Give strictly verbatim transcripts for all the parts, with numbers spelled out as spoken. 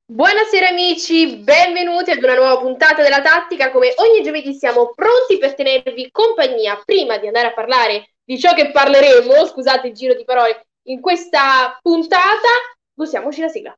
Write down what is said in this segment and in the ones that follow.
Buonasera amici, benvenuti ad una nuova puntata della Tattica. Come ogni giovedì siamo pronti per tenervi compagnia. Prima di andare a parlare di ciò che parleremo, scusate il giro di parole, in questa puntata, gustiamoci la sigla.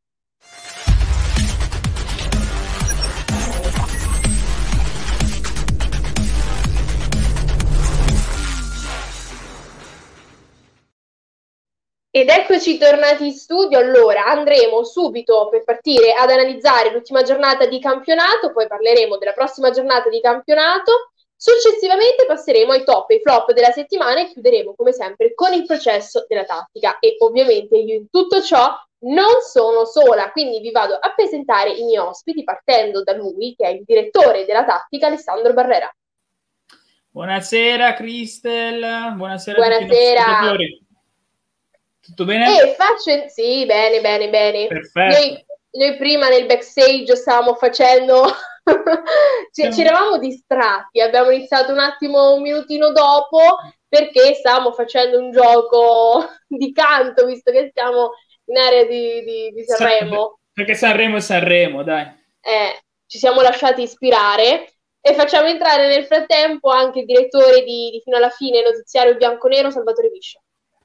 Ed eccoci tornati in studio. Allora andremo subito per partire ad analizzare l'ultima giornata di campionato, poi parleremo della prossima giornata di campionato, successivamente passeremo ai top e ai flop della settimana e chiuderemo come sempre con il processo della tattica. E ovviamente io in tutto ciò non sono sola, quindi vi vado a presentare i miei ospiti partendo da lui che è il direttore della tattica, Alessandro Barrera. Buonasera Cristel, buonasera, buonasera. a tutti i nostri ascoltatori. Tutto bene? E faccio... Sì, bene, bene, bene. Perfetto. Noi, noi prima nel backstage stavamo facendo... ci, ci eravamo distratti, abbiamo iniziato un attimo, un minutino dopo, perché stavamo facendo un gioco di canto, visto che siamo in area di, di, di Sanremo. Perché Sanremo è Sanremo, dai. Eh, ci siamo lasciati ispirare e facciamo entrare nel frattempo anche il direttore di, di Fino alla Fine, notiziario bianconero, Salvatore Viscia.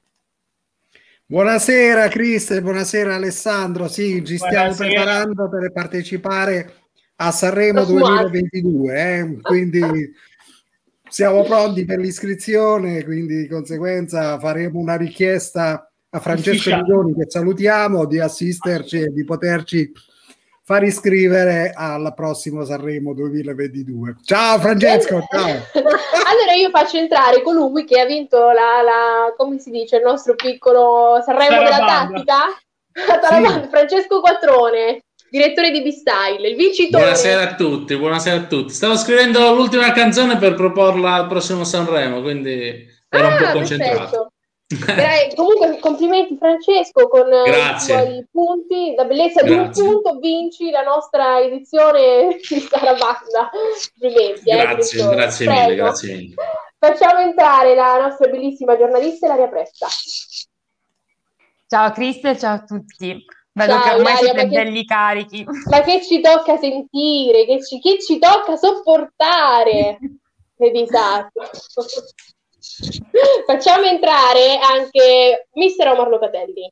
Buonasera Cristian, buonasera Alessandro, sì, ci stiamo buonasera. preparando per partecipare a Sanremo duemilaventidue, eh? Quindi siamo pronti per l'iscrizione, quindi di conseguenza faremo una richiesta a Francesco Milioni, che salutiamo, di assisterci e di poterci far iscrivere al prossimo Sanremo duemilaventidue. Ciao Francesco, ciao! Allora io faccio entrare colui che ha vinto la, la come si dice, il nostro piccolo Sanremo della tattica, sì. Francesco Quattrone, direttore di B-Style, il vincitore. Buonasera a tutti, buonasera a tutti. Stavo scrivendo l'ultima canzone per proporla al prossimo Sanremo, quindi ero ah, un po' concentrato. Perfetto. Dai, comunque complimenti Francesco con Grazie. i punti, la bellezza Grazie. di un punto vinci la nostra edizione di Sarabanda. Complimenti, grazie, eh, grazie mille, grazie mille. Facciamo entrare la nostra bellissima giornalista Ilaria Presta. Ciao Cristel, ciao a tutti. Vedo ciao, che ormai Ilaria, siete belli che, carichi. Ma che ci tocca sentire, che ci, che ci tocca sopportare? Che disastro. Facciamo entrare anche mister Omar Locatelli.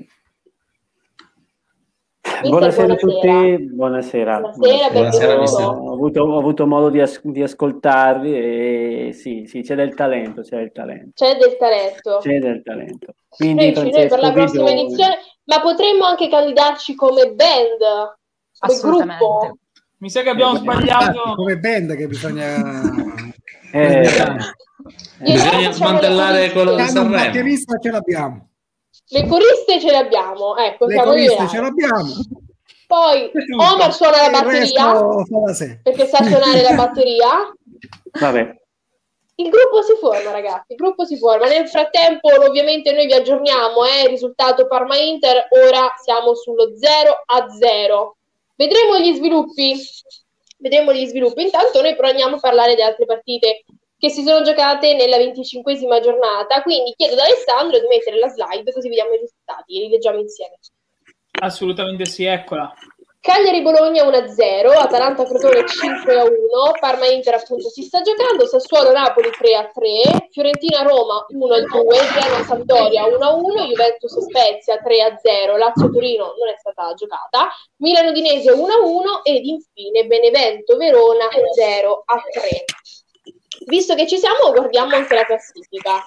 Mister, buonasera, buonasera a tutti, buonasera. Buonasera, buonasera, buonasera ho, avuto, ho avuto modo di, as- di ascoltarvi e sì, sì, c'è del talento, c'è del talento. C'è del talento. C'è del talento. Quindi, noi, noi per la prossima video... edizione, ma potremmo anche candidarci come band, come gruppo. Mi sa che abbiamo eh, sbagliato. Come band che bisogna... Eh, bisogna smantellare quello di Sanremo. Il batterista ce l'abbiamo. Le coriste ce le abbiamo, ecco, le coriste ce l'abbiamo. Poi Omar suona la batteria perché sa suonare la batteria. Vabbè. Il gruppo si forma, ragazzi, il gruppo si forma. Nel frattempo, ovviamente, noi vi aggiorniamo, eh, il risultato Parma-Inter, ora siamo sullo zero a zero. Vedremo gli sviluppi. Vedremo gli sviluppi. Intanto noi però andiamo a parlare di altre partite che si sono giocate nella venticinquesima giornata, quindi chiedo ad Alessandro di mettere la slide così vediamo i risultati e li leggiamo insieme. Assolutamente sì, eccola. Cagliari-Bologna uno a zero, Atalanta-Crotone cinque a uno, Parma-Inter appunto si sta giocando, Sassuolo-Napoli tre a tre, Fiorentina-Roma uno a due, Genoa-Sampdoria uno a uno, Juventus-Spezia tre a zero, Lazio-Torino non è stata giocata, Milano-Udinese uno a uno ed infine Benevento-Verona zero a tre. Visto che ci siamo, guardiamo anche la classifica.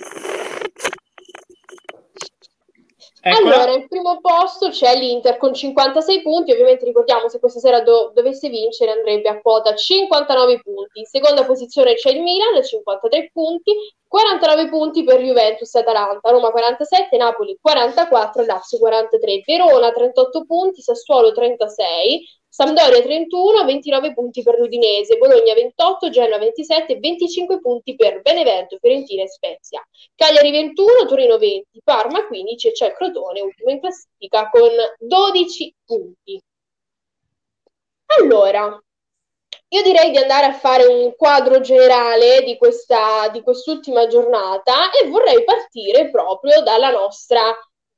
Eccola. Allora, al primo posto c'è l'Inter con cinquantasei punti, ovviamente ricordiamo se questa sera do- dovesse vincere andrebbe a quota cinquantanove punti. In seconda posizione c'è il Milan, cinquantatré punti, quarantanove punti per Juventus e Atalanta, Roma quarantasette, Napoli quarantaquattro, Lazio quarantatré, Verona trentotto punti, Sassuolo trentasei, Sampdoria trentuno, ventinove punti per l'Udinese, Bologna ventotto, Genoa ventisette, venticinque punti per Benevento, Fiorentina e Spezia. Cagliari ventuno, Torino venti, Parma quindici e c'è Crotone ultimo in classifica con dodici punti. Allora, io direi di andare a fare un quadro generale di questa di quest'ultima giornata e vorrei partire proprio dalla nostra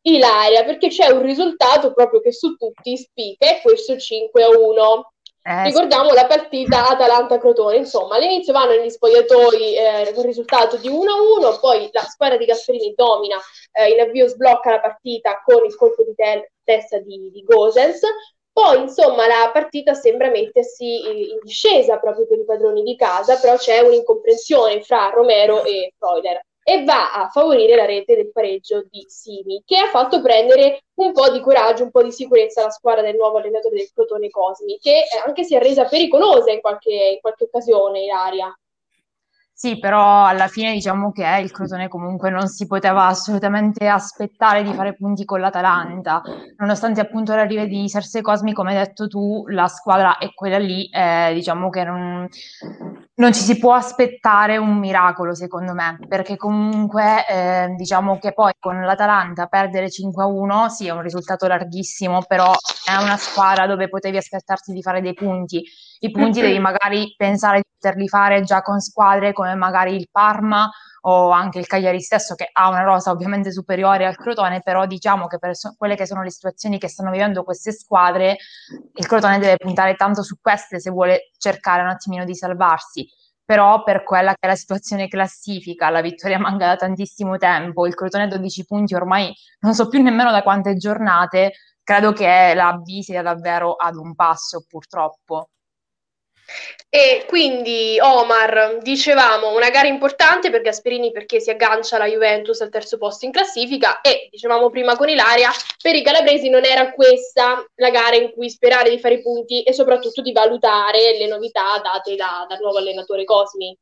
Ilaria, perché c'è un risultato proprio che su tutti spicca, e questo cinque a uno. Eh, Ricordiamo sì. la partita Atalanta-Crotone, insomma all'inizio vanno negli spogliatoi eh, con il risultato di uno a uno, poi la squadra di Gasperini domina, eh, in avvio sblocca la partita con il colpo di te- testa di, di Gosens, poi insomma la partita sembra mettersi in, in discesa proprio per i padroni di casa, però c'è un'incomprensione fra Romero e Freuler, e va a favorire la rete del pareggio di Simi, che ha fatto prendere un po' di coraggio, un po' di sicurezza alla squadra del nuovo allenatore del Crotone Cosmi, che anche si è resa pericolosa in qualche, in qualche occasione, Ilaria. Sì, però alla fine diciamo che il Crotone comunque non si poteva assolutamente aspettare di fare punti con l'Atalanta, nonostante appunto l'arrivo di Serse Cosmi, come hai detto tu, la squadra è quella lì, eh, diciamo che non, non ci si può aspettare un miracolo secondo me, perché comunque eh, diciamo che poi con l'Atalanta perdere cinque a uno, sì è un risultato larghissimo, però è una squadra dove potevi aspettarti di fare dei punti. I punti devi magari pensare di poterli fare già con squadre come magari il Parma o anche il Cagliari stesso, che ha una rosa ovviamente superiore al Crotone, però diciamo che per so- quelle che sono le situazioni che stanno vivendo queste squadre, il Crotone deve puntare tanto su queste se vuole cercare un attimino di salvarsi. Però per quella che è la situazione classifica, la vittoria manca da tantissimo tempo, il Crotone dodici punti ormai non so più nemmeno da quante giornate, credo che la B sia davvero ad un passo purtroppo. E quindi Omar, dicevamo, una gara importante per Gasperini perché si aggancia la Juventus al terzo posto in classifica, e dicevamo prima con Ilaria, per i calabresi non era questa la gara in cui sperare di fare i punti e soprattutto di valutare le novità date da, dal nuovo allenatore Cosmi.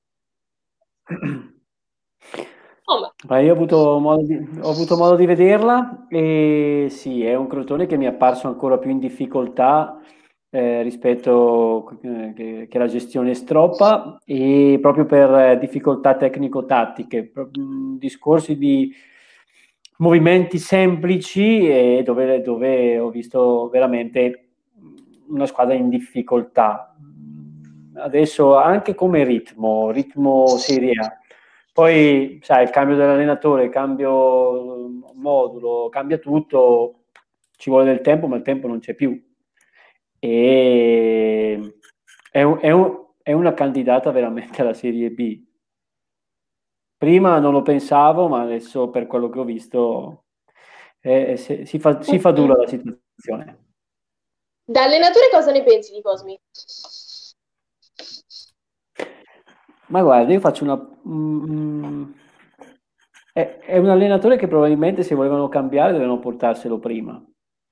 Omar. Io ho avuto, modo di, ho avuto modo di vederla, e sì, è un Crotone che mi è apparso ancora più in difficoltà Eh, rispetto eh, che, che la gestione stroppa, e proprio per eh, difficoltà tecnico-tattiche, pro- mh, discorsi di movimenti semplici, e dove, dove ho visto veramente una squadra in difficoltà. Adesso anche come ritmo, ritmo Serie A. Poi, sai, il cambio dell'allenatore, il cambio modulo, cambia tutto, ci vuole del tempo, ma il tempo non c'è più. E è, un, è, un, è una candidata veramente alla Serie B. Prima non lo pensavo, ma adesso per quello che ho visto eh, si, si, fa, si fa dura la situazione. Da allenatore cosa ne pensi di Cosmi? Ma guarda, io faccio una... Mm, è, è un allenatore che probabilmente, se volevano cambiare, dovevano portarselo prima.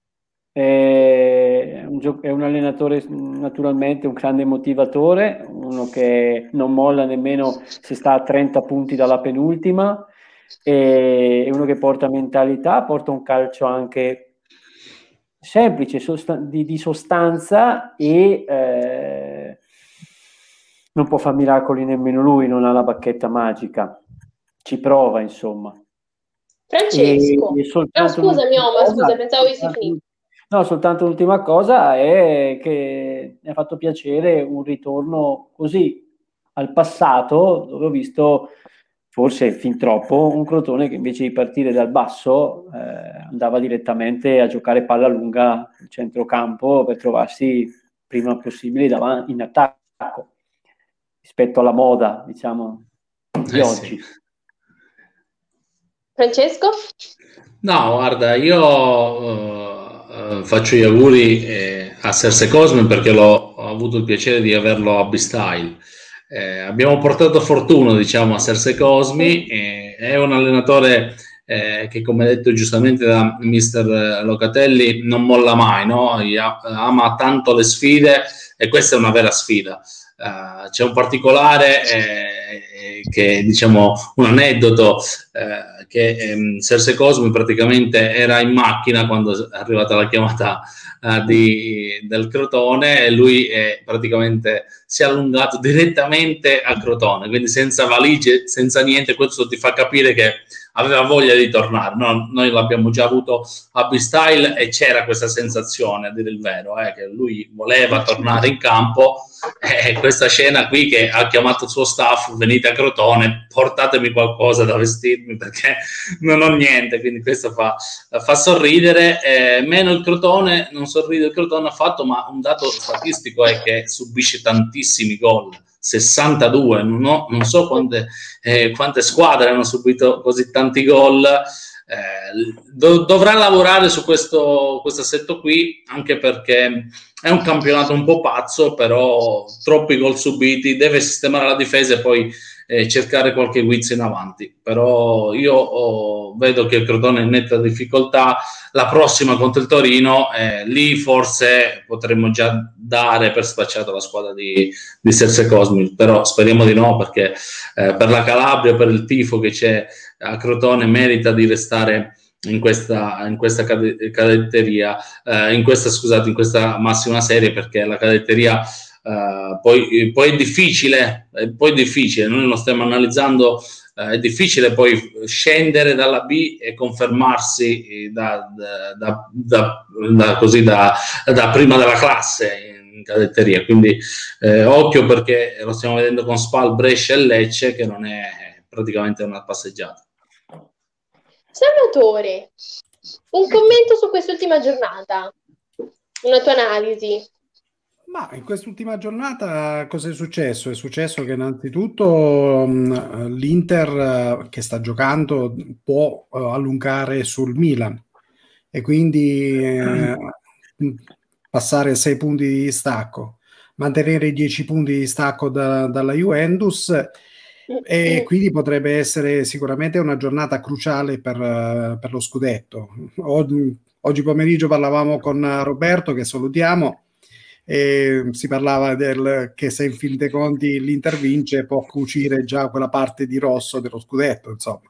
È un, gio- è un allenatore naturalmente un grande motivatore, uno che non molla nemmeno se sta a trenta punti dalla penultima, e uno che porta mentalità, porta un calcio anche semplice, sostan- di, di sostanza, e eh, non può fare miracoli nemmeno lui, non ha la bacchetta magica, ci prova insomma. Francesco, E, e soltanto no, scusami Omar, cosa, scusa, pensavo avessi finito. No, soltanto l'ultima cosa è che mi ha fatto piacere un ritorno così al passato, dove ho visto, forse fin troppo, un Crotone che invece di partire dal basso eh, andava direttamente a giocare palla lunga al centrocampo per trovarsi prima possibile davanti, in attacco, rispetto alla moda, diciamo, di eh oggi. Sì. Francesco? No, guarda, io uh, faccio gli auguri eh, a Serse Cosmi, perché l'ho, ho avuto il piacere di averlo a B-Style. Eh, abbiamo portato fortuna, diciamo, a Serse Cosmi, eh, è un allenatore eh, che, come detto giustamente da mister Locatelli, non molla mai, no? Ama tanto le sfide, e questa è una vera sfida. Uh, c'è un particolare eh, che, diciamo, un aneddoto eh, che ehm, Serse Cosmi praticamente era in macchina quando è arrivata la chiamata uh, di, del Crotone, e lui è praticamente si è allungato direttamente al Crotone, quindi senza valigie, senza niente. Questo ti fa capire che aveva voglia di tornare. No, noi l'abbiamo già avuto a B-Style e c'era questa sensazione, a dire il vero, eh, che lui voleva tornare in campo, e questa scena qui che ha chiamato il suo staff: venite a Crotone, portatemi qualcosa da vestirmi perché non ho niente, quindi questo fa, fa sorridere. Eh, meno il Crotone, non sorride il Crotone affatto, ma un dato statistico è che subisce tantissimi gol, sessantadue, non, ho, non so quante, eh, quante squadre hanno subito così tanti gol. Eh, do, dovrà lavorare su questo, questo assetto qui, anche perché è un campionato un po' pazzo, però troppi gol subiti, deve sistemare la difesa e poi eh, cercare qualche guizzo in avanti. Però io oh, vedo che il Crotone è in netta difficoltà. La prossima contro il Torino, eh, lì forse potremmo già dare per spacciata la squadra di, di Serse Cosmi, però speriamo di no, perché eh, per la Calabria, per il tifo che c'è a Crotone, merita di restare in questa, in questa cadetteria, eh, in questa, scusate, in questa massima serie, perché la cadetteria eh, poi, poi è difficile, è poi difficile, noi lo stiamo analizzando, eh, è difficile poi scendere dalla B e confermarsi da, da, da, da, da, così da, da prima della classe in cadetteria, quindi eh, occhio, perché lo stiamo vedendo con Spal, Brescia e Lecce, che non è praticamente una passeggiata. Salvatore, un commento su quest'ultima giornata, una tua analisi. Ma in quest'ultima giornata cosa è successo? È successo che innanzitutto um, l'Inter uh, che sta giocando può uh, allungare sul Milan e quindi uh, passare a sei punti di distacco, mantenere i dieci punti di distacco da, dalla Juventus, e quindi potrebbe essere sicuramente una giornata cruciale per, uh, per lo scudetto. Oggi, oggi pomeriggio parlavamo con Roberto, che salutiamo, e si parlava del che se in fin dei conti l'Inter vince può cucire già quella parte di rosso dello scudetto, insomma.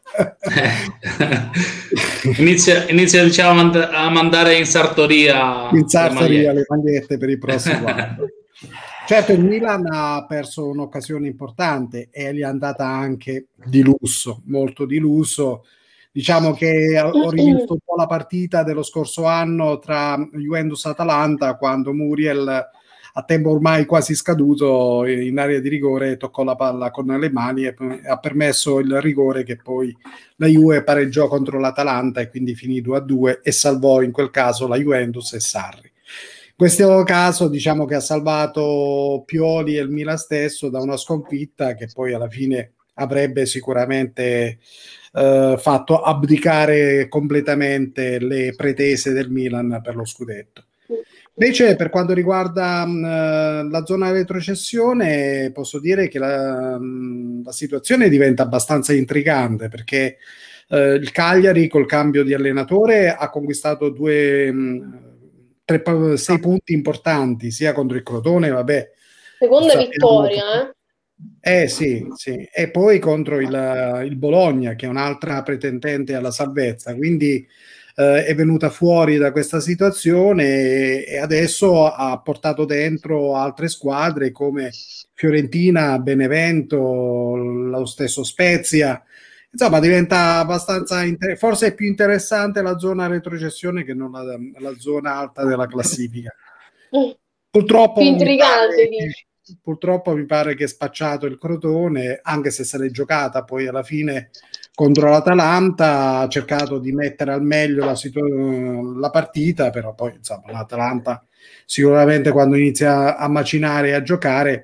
inizia, inizia diciamo a, mand- a mandare in sartoria in sartoria le magliette per il prossimo anno. Certo, il Milan ha perso un'occasione importante e gli è andata anche di lusso, molto di lusso. Diciamo che ho rivisto un po' la partita dello scorso anno tra Juventus e Atalanta, quando Muriel, a tempo ormai quasi scaduto, in area di rigore toccò la palla con le mani e ha permesso il rigore, che poi la Juve pareggiò contro l'Atalanta e quindi finì due a due e salvò in quel caso la Juventus e Sarri. In questo caso diciamo che ha salvato Pioli e il Milan stesso da una sconfitta che poi alla fine avrebbe sicuramente eh, fatto abdicare completamente le pretese del Milan per lo scudetto. Invece per quanto riguarda mh, la zona retrocessione, posso dire che la, mh, la situazione diventa abbastanza intrigante, perché eh, il Cagliari col cambio di allenatore ha conquistato due mh, tre, sei punti importanti, sia contro il Crotone, vabbè, seconda vittoria, eh? Eh sì, sì, e poi contro il, il Bologna, che è un'altra pretendente alla salvezza, quindi eh, è venuta fuori da questa situazione e, e adesso ha portato dentro altre squadre come Fiorentina, Benevento, lo stesso Spezia. Insomma, diventa abbastanza inter- forse è più interessante la zona retrocessione che non la, la zona alta della classifica. Purtroppo più intrigante, mi pare, purtroppo mi pare che è spacciato il Crotone, anche se se l'è giocata poi alla fine contro l'Atalanta, ha cercato di mettere al meglio la, situ- la partita, però poi insomma l'Atalanta sicuramente quando inizia a macinare e a giocare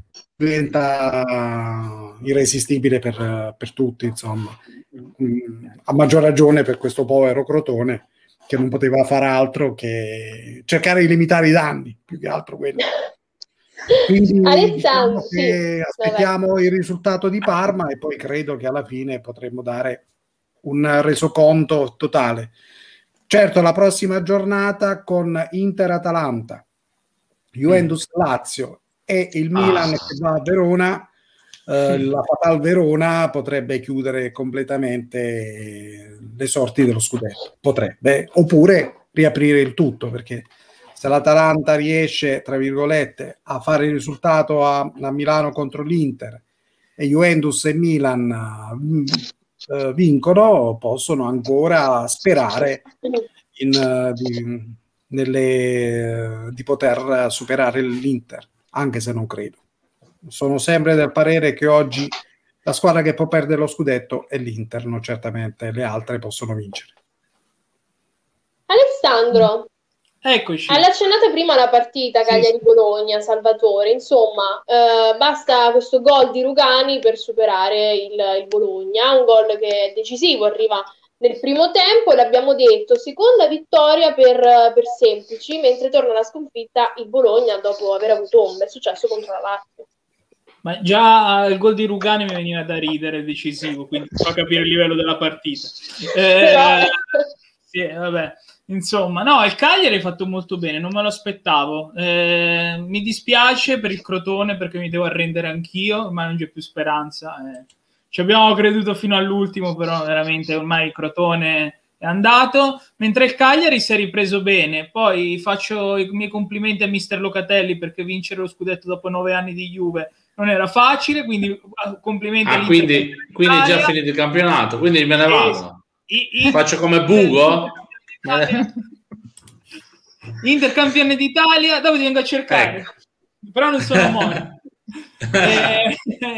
diventa irresistibile per, per tutti, insomma, a maggior ragione per questo povero Crotone che non poteva fare altro che cercare di limitare i danni, più che altro quello. Quindi diciamo che aspettiamo Vabbè. il risultato di Parma e poi credo che alla fine potremmo dare un resoconto totale. Certo, la prossima giornata con Inter-Atalanta, Juventus-Lazio e il Milan ah. che va a Verona, eh, la Fatal Verona potrebbe chiudere completamente le sorti dello scudetto, potrebbe, oppure riaprire il tutto, perché se l'Atalanta riesce, tra virgolette, a fare il risultato a, a Milano contro l'Inter e Juventus e Milan eh, vincono, possono ancora sperare in, uh, di, nelle, uh, di poter superare l'Inter, anche se non credo. Sono sempre del parere che oggi la squadra che può perdere lo scudetto è l'Inter, non certamente le altre possono vincere. Alessandro, eccoci. hai accennato prima la partita Cagliari-Bologna, Salvatore, insomma, eh, basta questo gol di Rugani per superare il, il Bologna, un gol che è decisivo, arriva nel primo tempo, l'abbiamo detto, seconda vittoria per, per semplici, mentre torna alla sconfitta il Bologna dopo aver avuto ombre, è successo contro la Lazio. Ma già il gol di Rugani mi veniva da ridere, decisivo, quindi fa capire il livello della partita. Eh, Però... sì, vabbè. Insomma, no, il Cagliari ha fatto molto bene, non me lo aspettavo. Eh, mi dispiace per il Crotone perché mi devo arrendere anch'io, ma non c'è più speranza. Eh, ci abbiamo creduto fino all'ultimo, però veramente ormai il Crotone è andato, mentre il Cagliari si è ripreso bene. Poi faccio i miei complimenti a mister Locatelli perché vincere lo scudetto dopo nove anni di Juve non era facile, quindi complimenti. Ah, quindi, quindi è già finito il campionato, quindi me ne vado. I, i, Faccio come Bugo? Intercampione d'Italia, dopo ti vengo a cercare, ecco. Però non sono morto. e,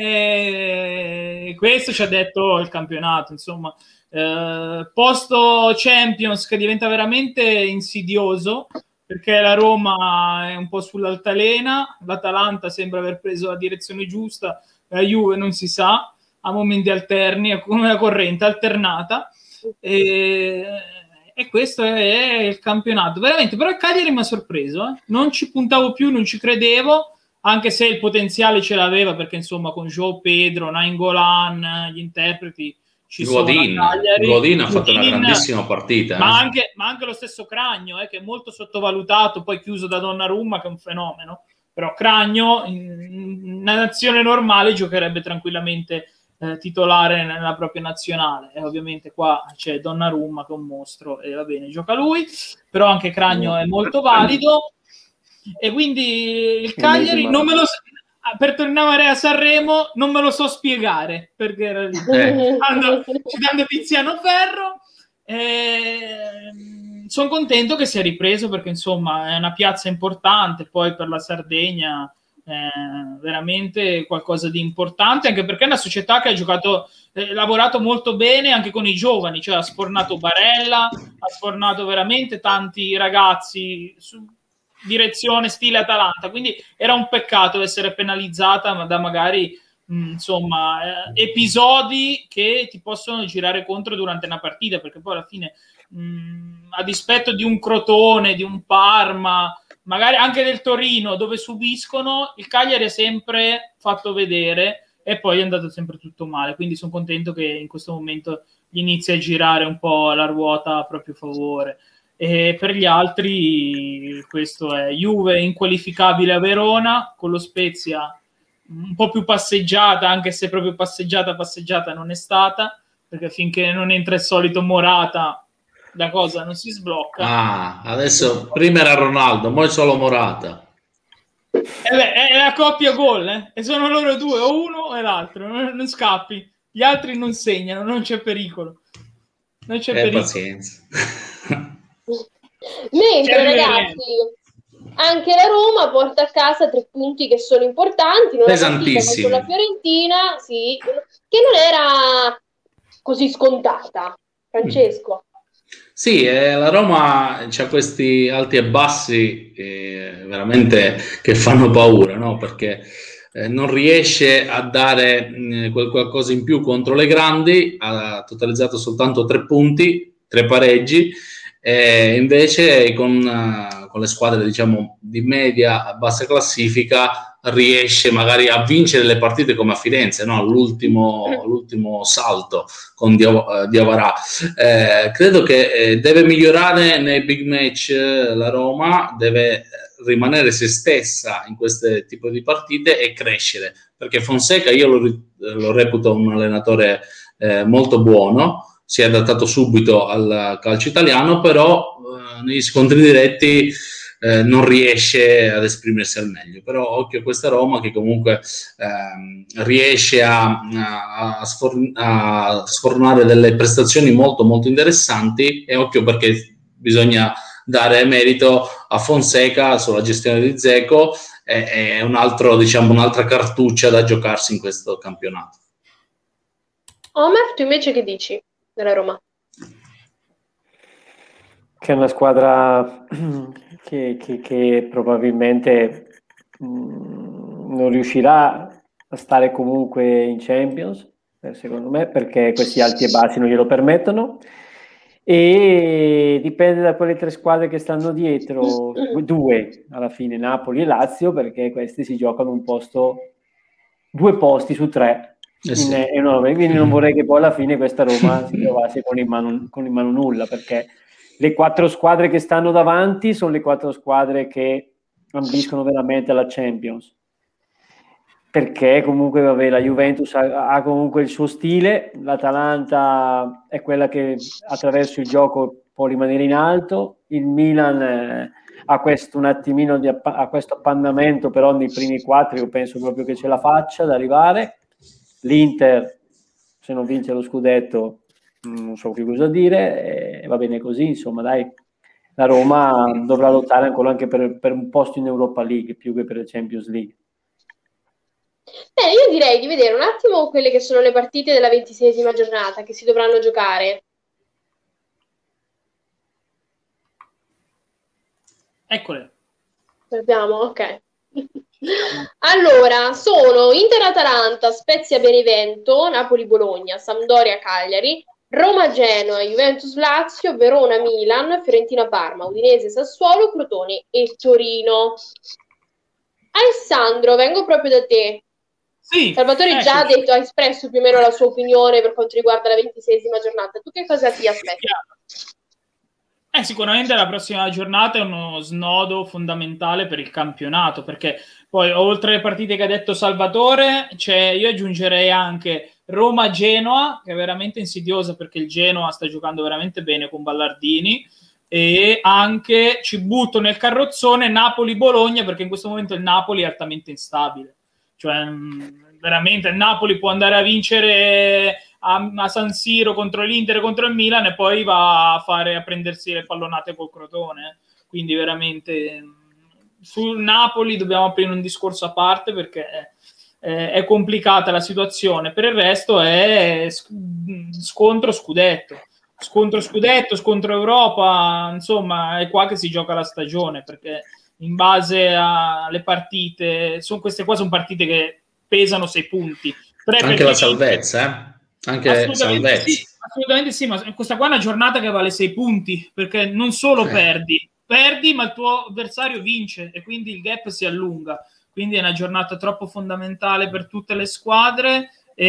e, questo ci ha detto il campionato, insomma, eh, posto Champions che diventa veramente insidioso perché la Roma è un po' sull'altalena, l'Atalanta sembra aver preso la direzione giusta, la Juve non si sa, a momenti alterni, come la corrente alternata. E, e questo è il campionato veramente, però il Cagliari mi ha sorpreso, eh? Non ci puntavo più, non ci credevo, anche se il potenziale ce l'aveva perché insomma con João Pedro, Nainggolan, gli interpreti ci Godin, sono. Godin ha fatto una grandissima partita, ma, eh? anche, ma anche lo stesso Cragno, eh, che è molto sottovalutato, poi chiuso da Donnarumma che è un fenomeno, però Cragno in una nazione normale giocherebbe tranquillamente Eh, titolare nella propria nazionale, e ovviamente qua c'è Donnarumma che è un mostro e va bene, gioca lui, però anche Cragno è molto valido e quindi il Cagliari non me lo per tornare a Sanremo non me lo so spiegare perché era lì eh. citando Tiziano Ferro. eh, sono contento che sia ripreso perché insomma è una piazza importante, poi per la Sardegna Eh, veramente qualcosa di importante, anche perché è una società che ha giocato, eh, lavorato molto bene anche con i giovani, cioè ha sfornato Barella, ha sfornato veramente tanti ragazzi su direzione stile Atalanta, quindi era un peccato essere penalizzata da magari mh, insomma eh, episodi che ti possono girare contro durante una partita, perché poi alla fine mh, a dispetto di un Crotone, di un Parma, magari anche del Torino, dove subiscono, il Cagliari è sempre fatto vedere e poi è andato sempre tutto male, quindi sono contento che in questo momento gli inizi a girare un po' la ruota a proprio favore. E per gli altri questo è Juve inqualificabile a Verona, con lo Spezia un po' più passeggiata, anche se proprio passeggiata passeggiata non è stata, perché finché non entra il solito Morata la cosa non si sblocca. Ah, adesso prima era Ronaldo, poi solo Morata. Eh beh, è la coppia gol, eh? E sono loro due, o uno o l'altro, non, non scappi. Gli altri non segnano, non c'è pericolo. Non c'è eh, pericolo. Pazienza. Mentre ragazzi, anche la Roma porta a casa tre punti che sono importanti, non pesantissimi, con la Fiorentina, sì, che non era così scontata. Francesco. Sì, eh, la Roma c'ha questi alti e bassi eh, veramente che fanno paura, no? Perché eh, non riesce a dare mh, quel qualcosa in più contro le grandi, ha totalizzato soltanto tre punti, tre pareggi, e invece con, uh, con le squadre diciamo di media a bassa classifica riesce magari a vincere le partite come a Firenze, no? l'ultimo, l'ultimo salto con Diav- Diavarà. Eh, credo che eh, deve migliorare nei big match eh, la Roma, deve rimanere se stessa in questo tipo di partite e crescere, perché Fonseca io lo, lo reputo un allenatore eh, molto buono, si è adattato subito al calcio italiano, però eh, negli scontri diretti eh, non riesce ad esprimersi al meglio. Però occhio a questa Roma che comunque ehm, riesce a, a, a, sforn- a sfornare delle prestazioni molto molto interessanti, e occhio perché bisogna dare merito a Fonseca sulla gestione di Dzeko, è, è un altro, diciamo, un'altra cartuccia da giocarsi in questo campionato. Omer, tu invece che dici della Roma? Che è una squadra che, che, che probabilmente mh, non riuscirà a stare comunque in Champions, secondo me, perché questi alti e bassi non glielo permettono, e dipende da quelle tre squadre che stanno dietro, due alla fine, Napoli e Lazio, perché questi si giocano un posto, due posti su tre. Eh sì. in, in, in, quindi non vorrei che poi alla fine questa Roma si trovasse con in mano, con in mano nulla, perché le quattro squadre che stanno davanti sono le quattro squadre che ambiscono veramente alla Champions, perché comunque vabbè, la Juventus ha, ha comunque il suo stile, l'Atalanta è quella che attraverso il gioco può rimanere in alto, il Milan eh, ha questo un attimino di app- ha questo appannamento, però nei primi quattro io penso proprio che ce la faccia ad arrivare. L'Inter, se non vince lo scudetto, non so più cosa dire, e va bene così, insomma dai, la Roma dovrà lottare ancora anche per, per un posto in Europa League più che per la Champions League. Beh, io direi di vedere un attimo quelle che sono le partite della ventiseiesima giornata che si dovranno giocare. Eccole. Abbiamo, ok. Allora, sono Inter-Atalanta, Spezia-Benevento, Napoli-Bologna, Sampdoria-Cagliari, Roma-Genoa, Juventus-Lazio, Verona-Milan, Fiorentina-Parma, Udinese-Sassuolo, Crotone e Torino. Alessandro, vengo proprio da te. Sì, Salvatore ecco. già ha detto, ha espresso più o meno la sua opinione per quanto riguarda la ventiseiesima giornata. Tu che cosa ti aspetti? Eh, sicuramente la prossima giornata è uno snodo fondamentale per il campionato, perché poi oltre alle partite che ha detto Salvatore, c'è, io aggiungerei anche Roma-Genoa, che è veramente insidiosa perché il Genoa sta giocando veramente bene con Ballardini, e anche ci butto nel carrozzone Napoli-Bologna, perché in questo momento il Napoli è altamente instabile. Cioè, veramente il Napoli può andare a vincere a, a San Siro contro l'Inter e contro il Milan e poi va a fare a prendersi le pallonate col Crotone. Quindi veramente sul Napoli dobbiamo aprire un discorso a parte, perché è, è complicata la situazione. Per il resto è scontro scudetto. Scontro scudetto, scontro Europa, insomma è qua che si gioca la stagione, perché in base alle partite, sono, queste qua sono partite che pesano sei punti. Tre anche la salvezza, eh? Anche assolutamente salvezza. sì, assolutamente sì, ma questa qua è una giornata che vale sei punti, perché non solo eh. perdi, perdi, ma il tuo avversario vince e quindi il gap si allunga. Quindi è una giornata troppo fondamentale per tutte le squadre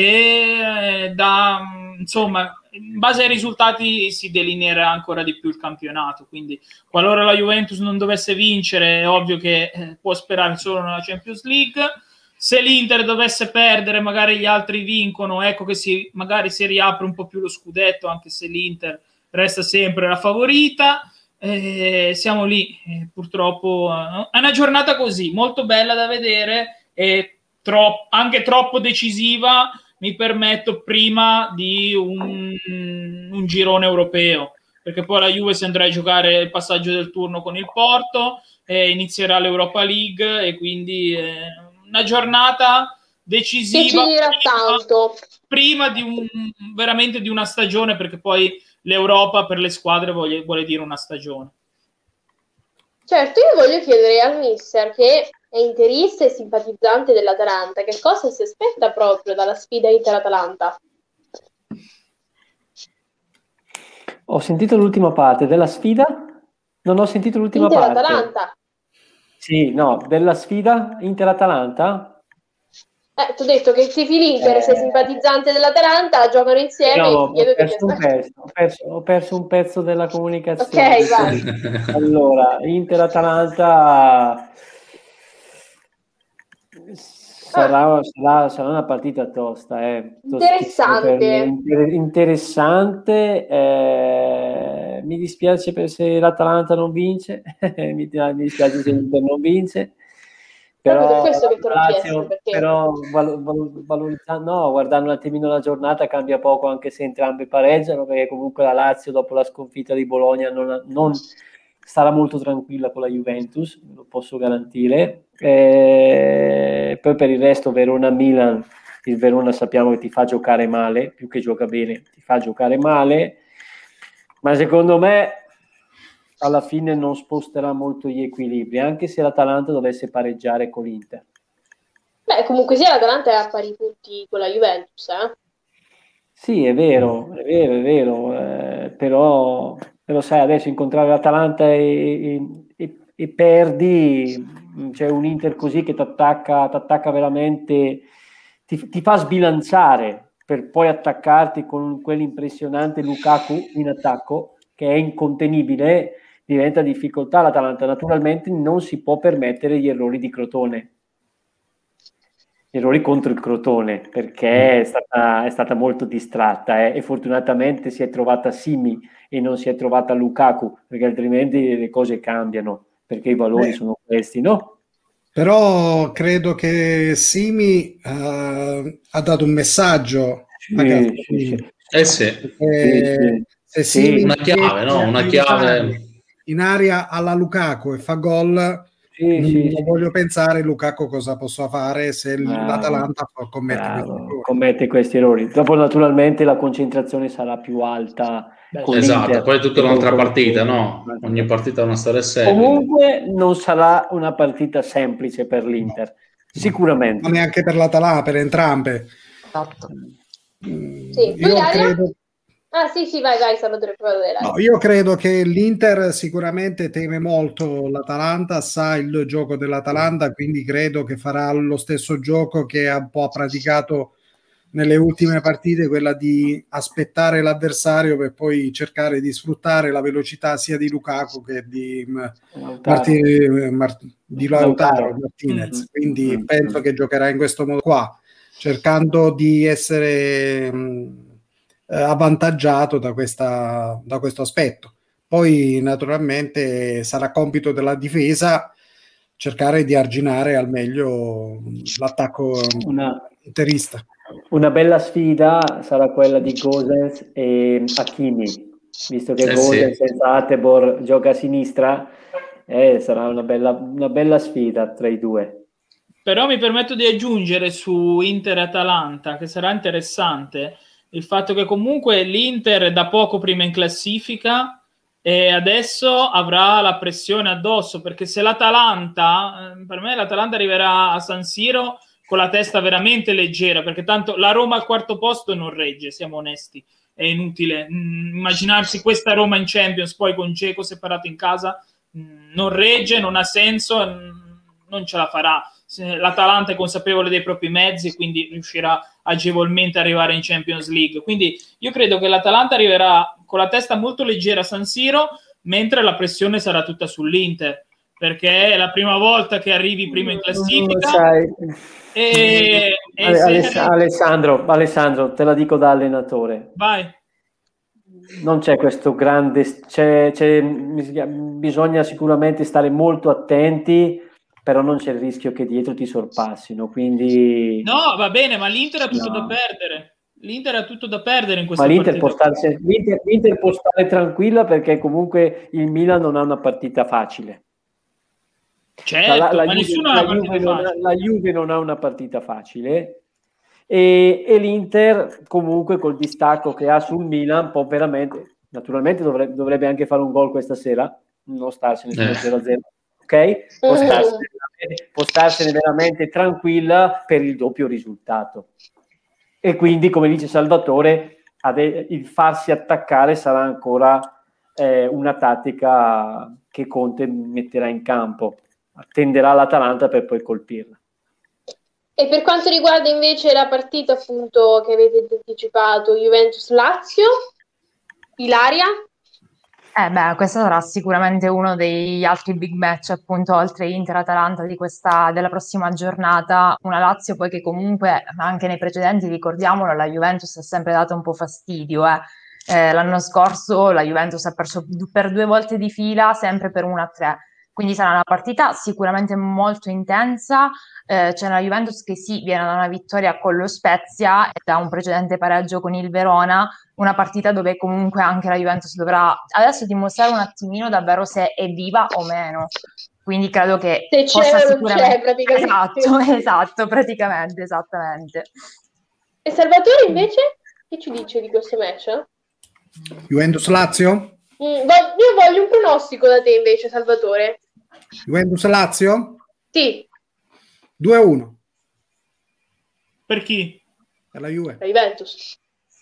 e da, insomma, in base ai risultati si delineerà ancora di più il campionato. Quindi qualora la Juventus non dovesse vincere è ovvio che eh, può sperare solo nella Champions League. Se l'Inter dovesse perdere, magari gli altri vincono, ecco che si, magari si riapre un po' più lo scudetto, anche se l'Inter resta sempre la favorita. Eh, siamo lì, eh, purtroppo eh, è una giornata così, molto bella da vedere e tro- anche troppo decisiva, mi permetto, prima di un, un girone europeo, perché poi la Juve si andrà a giocare il passaggio del turno con il Porto e inizierà l'Europa League, e quindi eh, una giornata decisiva che ci dirà prima, tanto. prima di un, veramente di una stagione, perché poi l'Europa per le squadre vuole, vuole dire una stagione. Certo, io voglio chiedere al mister, che è interista e simpatizzante dell'Atalanta, che cosa si aspetta proprio dalla sfida Inter-Atalanta? Ho sentito l'ultima parte della sfida, non ho sentito l'ultima Inter-Atalanta. parte. Sì, no, della sfida Inter-Atalanta. Eh, ti ho detto che tifi l'Inter, eh, sei simpatizzante dell'Atalanta, giocano insieme. No, e ho, perso un pezzo, ho, perso, ho perso un pezzo della comunicazione. Ok, vai. Allora, Inter-Atalanta Sarà, ah. sarà, sarà una partita tosta, eh. Interessante. Per, interessante. Eh, mi dispiace per se l'Atalanta non vince, mi, mi dispiace se l'Inter non vince. Però, per questo che te l'ho Lazio, chiesto, perché... però val, val, valorizzando, no, guardando un attimino la giornata cambia poco anche se entrambe pareggiano, perché comunque la Lazio dopo la sconfitta di Bologna non, non starà molto tranquilla con la Juventus, lo posso garantire. E poi per il resto Verona-Milan, il Verona sappiamo che ti fa giocare male, più che gioca bene, ti fa giocare male, ma secondo me alla fine non sposterà molto gli equilibri, anche se l'Atalanta dovesse pareggiare con l'Inter. Beh, comunque sia l'Atalanta è a pari punti con la Juventus, eh? Sì, è vero, è vero, è vero, eh, però, però sai, adesso incontrare l'Atalanta e, e, e perdi, c'è un Inter così che ti attacca, t'attacca veramente, ti, ti fa sbilanciare per poi attaccarti con quell'impressionante Lukaku in attacco, che è incontenibile, diventa difficoltà l'Atalanta. Naturalmente non si può permettere gli errori di Crotone. Errori contro il Crotone, perché è stata, è stata molto distratta eh, e fortunatamente si è trovata Simi e non si è trovata Lukaku, perché altrimenti le cose cambiano, perché i valori Beh, sono questi, no? Però credo che Simi uh, ha dato un messaggio sì, a sì, sì. Eh sì. Eh, se Simi una chiave, no? Una chiave in aria alla Lukaku e fa gol, Sì, non sì, voglio sì. pensare Lukaku cosa possa fare se Bravo, l'Atalanta commette bravo, questi errori. commette questi errori. Dopo naturalmente la concentrazione sarà più alta. Con esatto, poi è tutta un'altra partita, no? Ogni partita ha una storia seria. Comunque quindi non sarà una partita semplice per l'Inter, no. Sicuramente. Ma neanche per l'Atalanta, per entrambe. Esatto. Mm, sì. io credo... Ah sì, sì, vai, vai, Salvatore. No, io credo che l'Inter sicuramente teme molto l'Atalanta, sa il gioco dell'Atalanta, quindi credo che farà lo stesso gioco che ha un po' praticato nelle ultime partite, quella di aspettare l'avversario per poi cercare di sfruttare la velocità sia di Lukaku che di, Marti, Mart, di Lautaro Martinez. Mm-hmm. Quindi mm-hmm. penso che giocherà in questo modo qua, cercando di essere... Mh, avvantaggiato da, questa, da questo aspetto. Poi naturalmente sarà compito della difesa cercare di arginare al meglio l'attacco una, interista. Una bella sfida sarà quella di Gosens e Hakimi, visto che eh Gosens sì. senza Atebor gioca a sinistra, eh, sarà una bella, una bella sfida tra i due. Però mi permetto di aggiungere su Inter-Atalanta, che sarà interessante, il fatto che comunque l'Inter è da poco prima in classifica e adesso avrà la pressione addosso, perché se l'Atalanta, per me l'Atalanta arriverà a San Siro con la testa veramente leggera, perché tanto la Roma al quarto posto non regge, siamo onesti, è inutile mm, immaginarsi questa Roma in Champions poi con Dzeko separato in casa, mm, non regge, non ha senso, mm, non ce la farà. L'Atalanta è consapevole dei propri mezzi e quindi riuscirà agevolmente ad arrivare in Champions League. Quindi io credo che l'Atalanta arriverà con la testa molto leggera a San Siro, mentre la pressione sarà tutta sull'Inter, perché è la prima volta che arrivi prima in classifica. E, e Aless- Alessandro, Alessandro, te la dico da allenatore. Vai. Non c'è questo grande... C'è, c'è, bisogna sicuramente stare molto attenti, però non c'è il rischio che dietro ti sorpassino, quindi... No, va bene, ma l'Inter ha tutto no. da perdere. L'Inter ha tutto da perdere in questa ma l'Inter partita. Può stare, l'Inter, l'Inter può stare tranquilla perché comunque il Milan non ha una partita facile. Certo, la, la, ma Juve, nessuno la, ha una Juve partita non facile. ha, la Juve non ha una partita facile e, e l'Inter comunque col distacco che ha sul Milan può veramente, naturalmente dovrebbe, dovrebbe anche fare un gol questa sera, non starsene sullo zero a zero. Ok? Può starsene, può starsene veramente tranquilla per il doppio risultato. E quindi, come dice Salvatore, il farsi attaccare sarà ancora eh, una tattica che Conte metterà in campo. Attenderà l'Atalanta per poi colpirla. E per quanto riguarda invece la partita appunto che avete anticipato, Juventus-Lazio, Ilaria? Eh beh, questo sarà sicuramente uno degli altri big match, appunto, oltre Inter-Atalanta di questa, della prossima giornata. Una Lazio poi che comunque, anche nei precedenti, ricordiamolo, la Juventus ha sempre dato un po' fastidio. Eh. Eh, l'anno scorso la Juventus ha perso per due volte di fila, sempre per uno a tre. Quindi sarà una partita sicuramente molto intensa. Eh, c'è una Juventus che sì, viene da una vittoria con lo Spezia e da un precedente pareggio con il Verona, una partita dove comunque anche la Juventus dovrà adesso dimostrare un attimino davvero se è viva o meno. Quindi credo che se possa c'è o sicuramente... non c'è, praticamente. Esatto, esatto, praticamente, esattamente. E Salvatore invece che ci dice di questo match? Juventus-Lazio? Mm, vo- io voglio un pronostico da te invece, Salvatore. Juventus-Lazio? Sì. due a uno. Per chi? Per la Juve. La Juventus.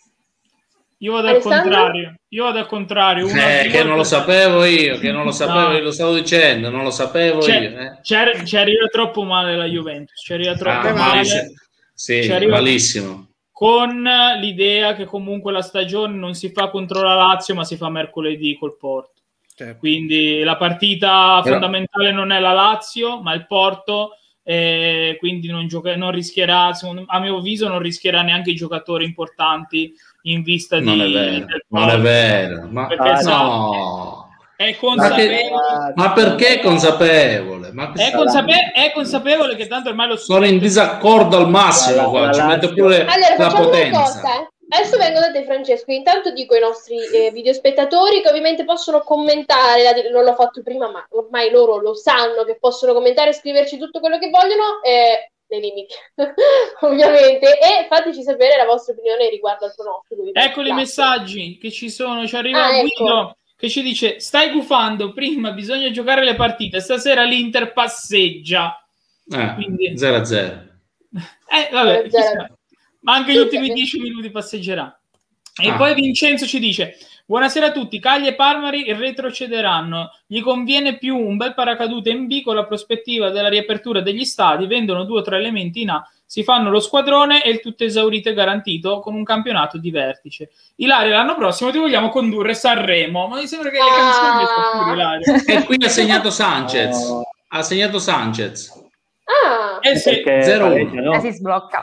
Io vado Alessandro? al contrario. Io vado al contrario. Uno Eh, che non lo sapevo io, che non lo sapevo, No. io lo stavo dicendo, non lo sapevo C'è, io. Eh. c'è, ci arriva troppo male la Juventus. Ci arriva troppo Ah, male. malissimo. Sì, Ci arriva malissimo. con l'idea che comunque la stagione non si fa contro la Lazio, ma si fa mercoledì col Porto. Certo. Quindi la partita Però... fondamentale non è la Lazio, ma il Porto. E quindi non, gioca- non rischierà, secondo, a mio avviso, non rischierà neanche i giocatori importanti in vista di. Non è vero, non è vero. Ma perché no. È consapevole. Ma, che, ma perché è consapevole? Ma è, consape- è consapevole che tanto ormai lo sono in disaccordo al massimo qua, ci mette pure allora, la potenza. Una cosa, eh. Adesso vengo da te, Francesco. Intanto dico ai nostri eh, videospettatori che ovviamente possono commentare, non l'ho fatto prima, ma ormai loro lo sanno che possono commentare e scriverci tutto quello che vogliono, eh, nei limiti, ovviamente, e fateci sapere la vostra opinione riguardo al pronostico. Ecco i messaggi che ci sono, ci arriva ah, Guido ecco. Che ci dice: stai gufando, prima bisogna giocare le partite, stasera l'Inter passeggia. Eh, quindi zero a zero. Eh, vabbè, ma anche gli ultimi dieci minuti passeggerà. E ah. poi Vincenzo ci dice: buonasera a tutti, Cagli e Parmari retrocederanno, gli conviene più un bel paracadute in B con la prospettiva della riapertura degli stadi, vendono due o tre elementi in A, si fanno lo squadrone e il tutto esaurito e garantito con un campionato di vertice. Ilaria, l'anno prossimo ti vogliamo condurre Sanremo, ma mi sembra che le canzoni le sa pure Ilaria. E qui ha segnato Sanchez, oh. ha segnato Sanchez. Ah, eh sì. zero a uno. No? E si sblocca.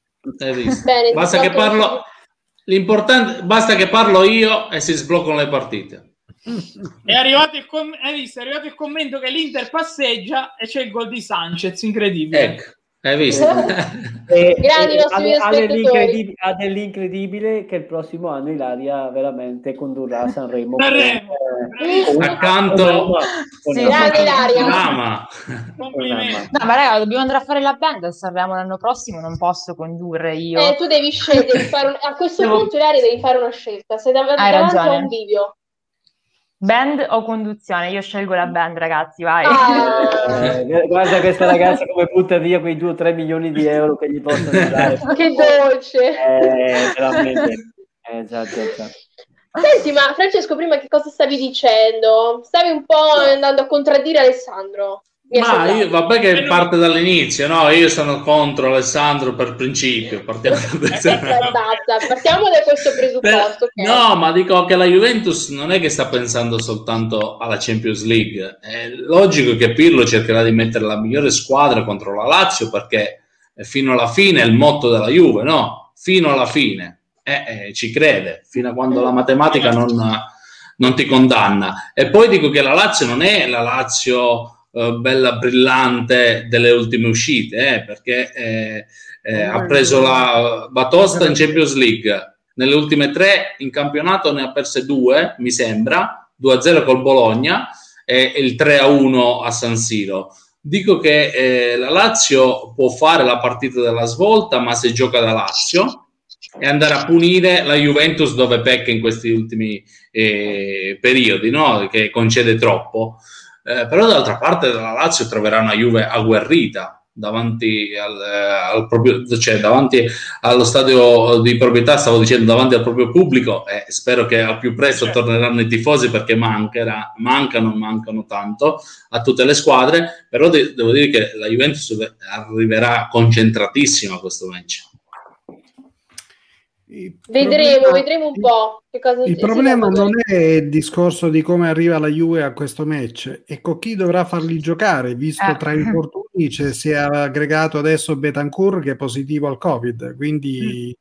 Bene, basta che parlo l'importante basta che parlo io e si sbloccano le partite. È arrivato il com- hai visto? È arrivato il commento che l'Inter passeggia e c'è il gol di Sanchez, incredibile. Ecco, hai visto? e, Grandi e, nostri ha, dell'incredibile, ha dell'incredibile che il prossimo anno Ilaria veramente condurrà a Sanremo. Sanremo. Con, accanto sì, grande Ilaria. Complimenti. No, ma raga, dobbiamo andare a fare la band a Sanremo l'anno prossimo, non posso condurre io. Eh, tu devi scegliere, devi fare un... a questo Devo... punto Ilaria devi fare una scelta, sei dav- davanti a un video. Band o conduzione? Io scelgo la band, ragazzi, vai. Ah. Eh, guarda questa ragazza come butta via quei due o tre milioni di euro che gli possono dare. Che dolce! Eh, veramente. Eh, esatto, esatto. Senti, ma Francesco, prima che cosa stavi dicendo? Stavi un po' andando a contraddire Alessandro. Ma io, vabbè che parte dall'inizio, no? Io sono contro Alessandro per principio. Partiamo da questo, partiamo da questo presupposto. Okay. No, ma dico che la Juventus non è che sta pensando soltanto alla Champions League. È logico che Pirlo cercherà di mettere la migliore squadra contro la Lazio, perché fino alla fine è il motto della Juve, no? Fino alla fine. Eh, eh, ci crede, fino a quando la matematica non, non ti condanna. E poi dico che la Lazio non è la Lazio... Uh, bella brillante delle ultime uscite, eh, perché eh, eh, ha preso la batosta in Champions League, nelle ultime tre in campionato ne ha perse due, mi sembra, due a zero col Bologna e, e il tre a uno a San Siro. Dico che eh, la Lazio può fare la partita della svolta, ma se gioca da Lazio, e andare a punire la Juventus dove pecca in questi ultimi eh, periodi, no? Che concede troppo. Eh, però dall'altra parte la Lazio troverà una Juve agguerrita davanti al, eh, al proprio, cioè davanti allo stadio di proprietà, stavo dicendo davanti al proprio pubblico, e eh, spero che al più presto certo. torneranno i tifosi, perché mancherà, mancano, mancano tanto a tutte le squadre. Però de- devo dire che la Juventus arriverà concentratissima a questo match. Vedremo, problema, vedremo un po' che cosa il problema non è il discorso di come arriva la Juve a questo match, è con chi dovrà farli giocare, visto Eh. tra infortuni c'è, si è aggregato adesso Betancourt che è positivo al Covid, quindi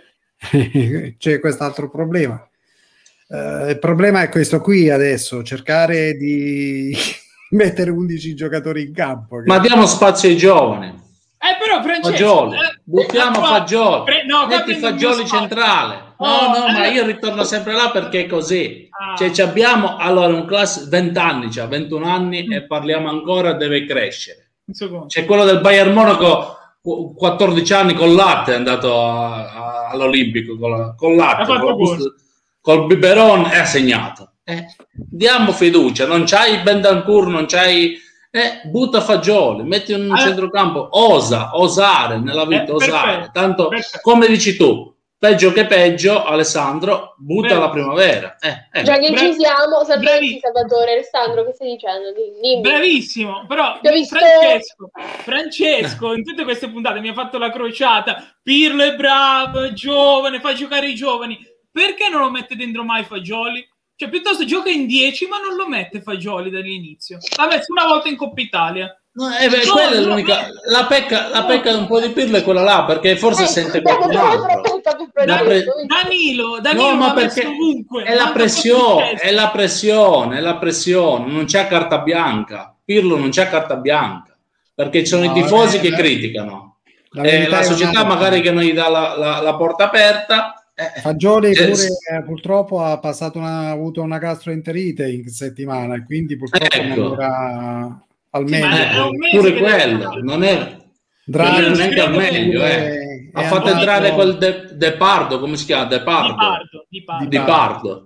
Eh. c'è quest'altro problema. Uh, il problema è questo qui adesso, cercare di mettere undici giocatori in campo. Che... Ma diamo spazio ai giovani. Eh, però Francesco, Fagioli, eh, buttiamo eh, Fagioli, pre- no, metti Fagioli centrale. No, oh, no, eh, ma io ritorno sempre là perché è così. Ah. Cioè, ci abbiamo allora un classe venti anni, c'ha ventuno anni mm. e parliamo ancora, deve crescere. C'è quello del Bayern Monaco, quattordici anni con latte, è andato a, a, all'Olimpico con, la, con latte, con busto, col biberon e ha segnato. Eh, diamo fiducia, non c'hai Bentancur, non c'hai... Eh, butta Fagioli, metti un allora, centrocampo, osa, osare nella vita, eh, osare. Perfetto, tanto perfetto. Come dici tu, peggio che peggio, Alessandro, butta Bravissimo. La primavera. Eh, eh. Già che Brav- ci siamo, salve Salvatore, Alessandro, che stai dicendo? Dimmi. Bravissimo, però visto... Francesco, Francesco in tutte queste puntate mi ha fatto la crociata, Pirlo è bravo, è giovane, fa giocare i giovani, perché non lo mette dentro mai Fagioli? Cioè, piuttosto gioca in dieci, ma non lo mette Fagioli dall'inizio. L'ha messo una volta in Coppa Italia. No, eh beh, no, quella no, è l'unica. No, la pecca, la pecca un po' di Pirlo è quella là, perché forse eh, sente qualcun altro. Pre- Danilo, Danilo, no, ma perché ovunque. È la pressione, è la pressione, è la pressione. Non c'è carta bianca. Pirlo non c'è carta bianca, perché ci sono no, i tifosi eh, che eh, criticano. La, eh, la società magari che non gli dà la, la, la porta aperta. Fagioli pure eh, purtroppo ha passato una, ha avuto una gastroenterite in settimana e quindi purtroppo ecco. non era al sì, meglio. Eh, pure quello non è neanche al meglio. Eh. Ha fatto andato... entrare quel De, De Pardo, come si chiama? De Pardo. Di Pardo. Di Pardo. Di Pardo.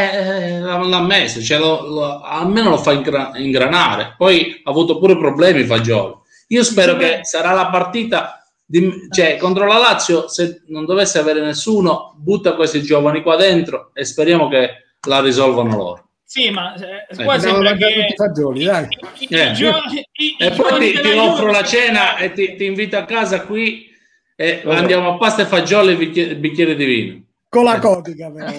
Eh, l'ha messo, cioè lo, lo, almeno lo fa ingra, ingranare. Poi ha avuto pure problemi Fagioli. Io spero sì, che beh. sarà la partita... Di, cioè contro la Lazio, se non dovesse avere nessuno, butta questi giovani qua dentro e speriamo che la risolvano loro. Sì, ma eh, qua sembra che fagioli, dai. I, i, eh. i giovani, i, e i poi ti, ti offro Juve... la cena e ti, ti invito a casa qui e oh. andiamo a pasta e fagioli e bicchiere, bicchiere di vino con la codica però.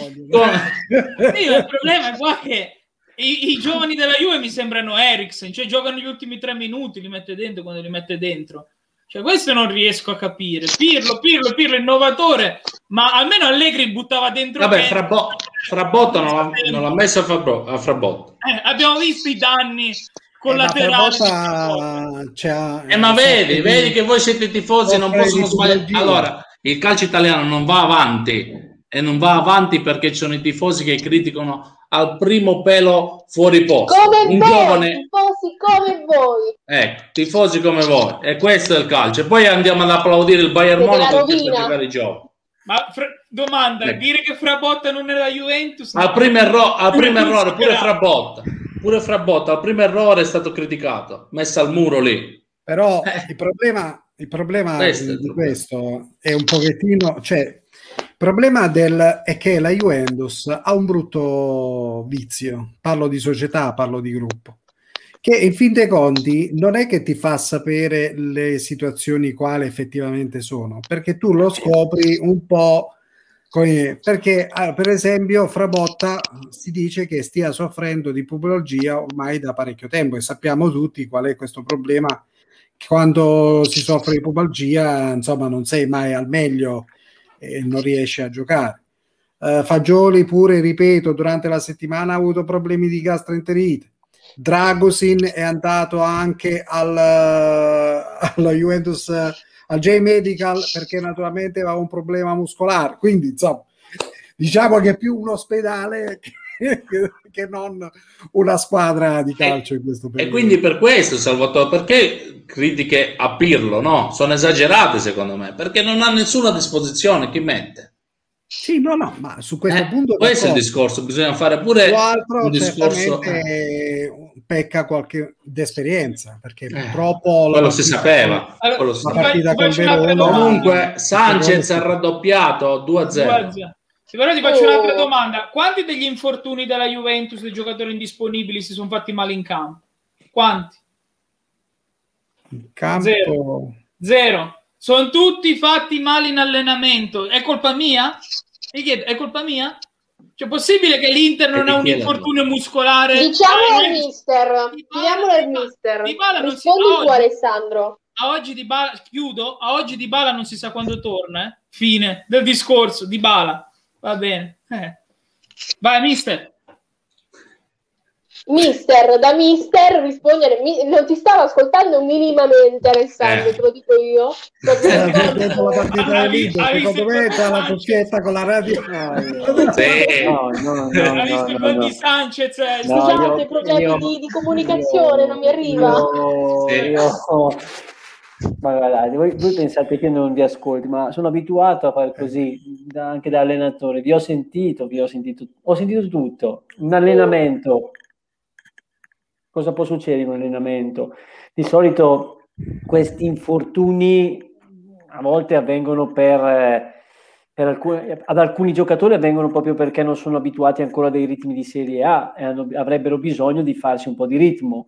Sì, il problema è qua che i, i giovani della Juve mi sembrano Eriksen, cioè giocano gli ultimi tre minuti, li mette dentro quando li mette dentro. Cioè, questo non riesco a capire. Pirlo, Pirlo, Pirlo, innovatore, ma almeno Allegri buttava dentro. Vabbè, Frabotto Frabotto non, non l'ha messo a, Frabotto. A Frabotto. Eh, abbiamo visto i danni collaterali. Eh, eh, ma vedi, di... vedi che voi siete tifosi e non possono sbagliare. Allora, il calcio italiano non va avanti e non va avanti perché ci sono i tifosi che criticano al primo pelo fuori posto. Come un voi, giovane... tifosi come voi. Ecco, tifosi come voi. E questo è il calcio. E poi andiamo ad applaudire il Bayern Monaco che sta giocare i giochi. Ma fra... domanda, ecco. Dire che Frabotta non è la Juventus? Al primo, erro... al primo errore, pure Frabotta. Pure Frabotta, al primo errore è stato criticato. Messa al muro lì. Però eh. il problema, il problema questo di questo è un pochettino... Cioè, il problema del, è che la Juventus ha un brutto vizio, parlo di società, parlo di gruppo, che in fin dei conti non è che ti fa sapere le situazioni quali effettivamente sono, perché tu lo scopri un po', come, perché per esempio Frabotta si dice che stia soffrendo di pubalgia ormai da parecchio tempo e sappiamo tutti qual è questo problema, quando si soffre di pubalgia insomma non sei mai al meglio e non riesce a giocare. Uh, Fagioli pure, ripeto, durante la settimana ha avuto problemi di gastroenterite. Dragosin è andato anche al, alla Juventus, al J-Medical perché naturalmente aveva un problema muscolare, quindi insomma diciamo che è più un ospedale che, che non una squadra di calcio in questo periodo. E quindi per questo, Salvatore, perché critiche a Pirlo, no? Sono esagerate secondo me, perché non ha nessuna a disposizione, chi mette? Sì, no, no, ma su questo eh, punto questo è il discorso, bisogna fare pure altro, un discorso pecca qualche d'esperienza, perché eh, purtroppo quello si sapeva, allora, quello si la partita con Verona, comunque Sanchez ha raddoppiato due a zero. Sì, però ti faccio oh. un'altra domanda: quanti degli infortuni della Juventus dei giocatori indisponibili si sono fatti male in campo? Quanti? In campo zero. Zero. sono tutti fatti male in allenamento. È colpa mia? Mi chiedo, è colpa mia? Cioè, è possibile che l'Inter non ha un infortunio muscolare? Diciamolo al mister. Chiediamolo al mister. Rispondi tu, Alessandro. A oggi Dybala, chiudo, a oggi Dybala non si sa quando torna, eh? Fine del discorso, Dybala. Va bene. Eh. Vai, mister. Mister, da mister rispondere, mi, non ti stavo ascoltando minimamente, Alessandro, eh. te lo dico io. Dentro la partita dell'Inter, secondo me c'ha la cuffietta con la radio. Sì. No, no, no, no, Hai visto no, il gol no. di Sanchez? Eh? No, Scusate, io- problemi io- di, di comunicazione, io- non mi arriva. Io, Sì. io- ma guardate, voi, voi pensate che non vi ascolti, ma sono abituato a fare così da- anche da allenatore. Vi ho sentito, vi ho sentito, ho sentito tutto. Un allenamento. Cosa può succedere in un allenamento? Di solito questi infortuni a volte avvengono per, eh, per alcuni, ad alcuni giocatori avvengono proprio perché non sono abituati ancora a dei ritmi di Serie A e hanno- avrebbero bisogno di farsi un po' di ritmo.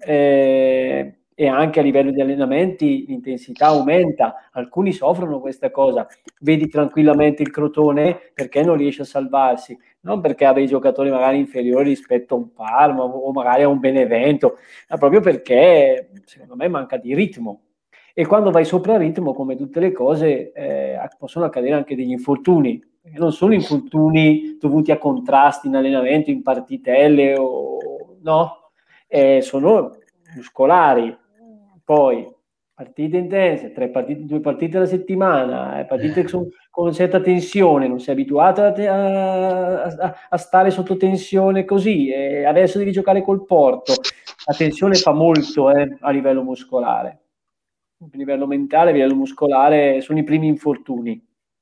E, e anche a livello di allenamenti l'intensità aumenta. Alcuni soffrono questa cosa. Vedi tranquillamente il Crotone perché non riesce a salvarsi. Non perché ha dei giocatori magari inferiori rispetto a un Parma o magari a un Benevento, ma proprio perché secondo me manca di ritmo. E quando vai sopra ritmo, come tutte le cose, eh, possono accadere anche degli infortuni. E non sono infortuni dovuti a contrasti in allenamento, in partitelle, o, no, eh, sono muscolari. Poi partite intense, tre partite, due partite alla settimana, eh, partite con, con certa tensione, non sei abituato a, a, a, a stare sotto tensione così, e adesso devi giocare col Porto. La tensione fa molto eh, a livello muscolare, a livello mentale, a livello muscolare sono i primi infortuni.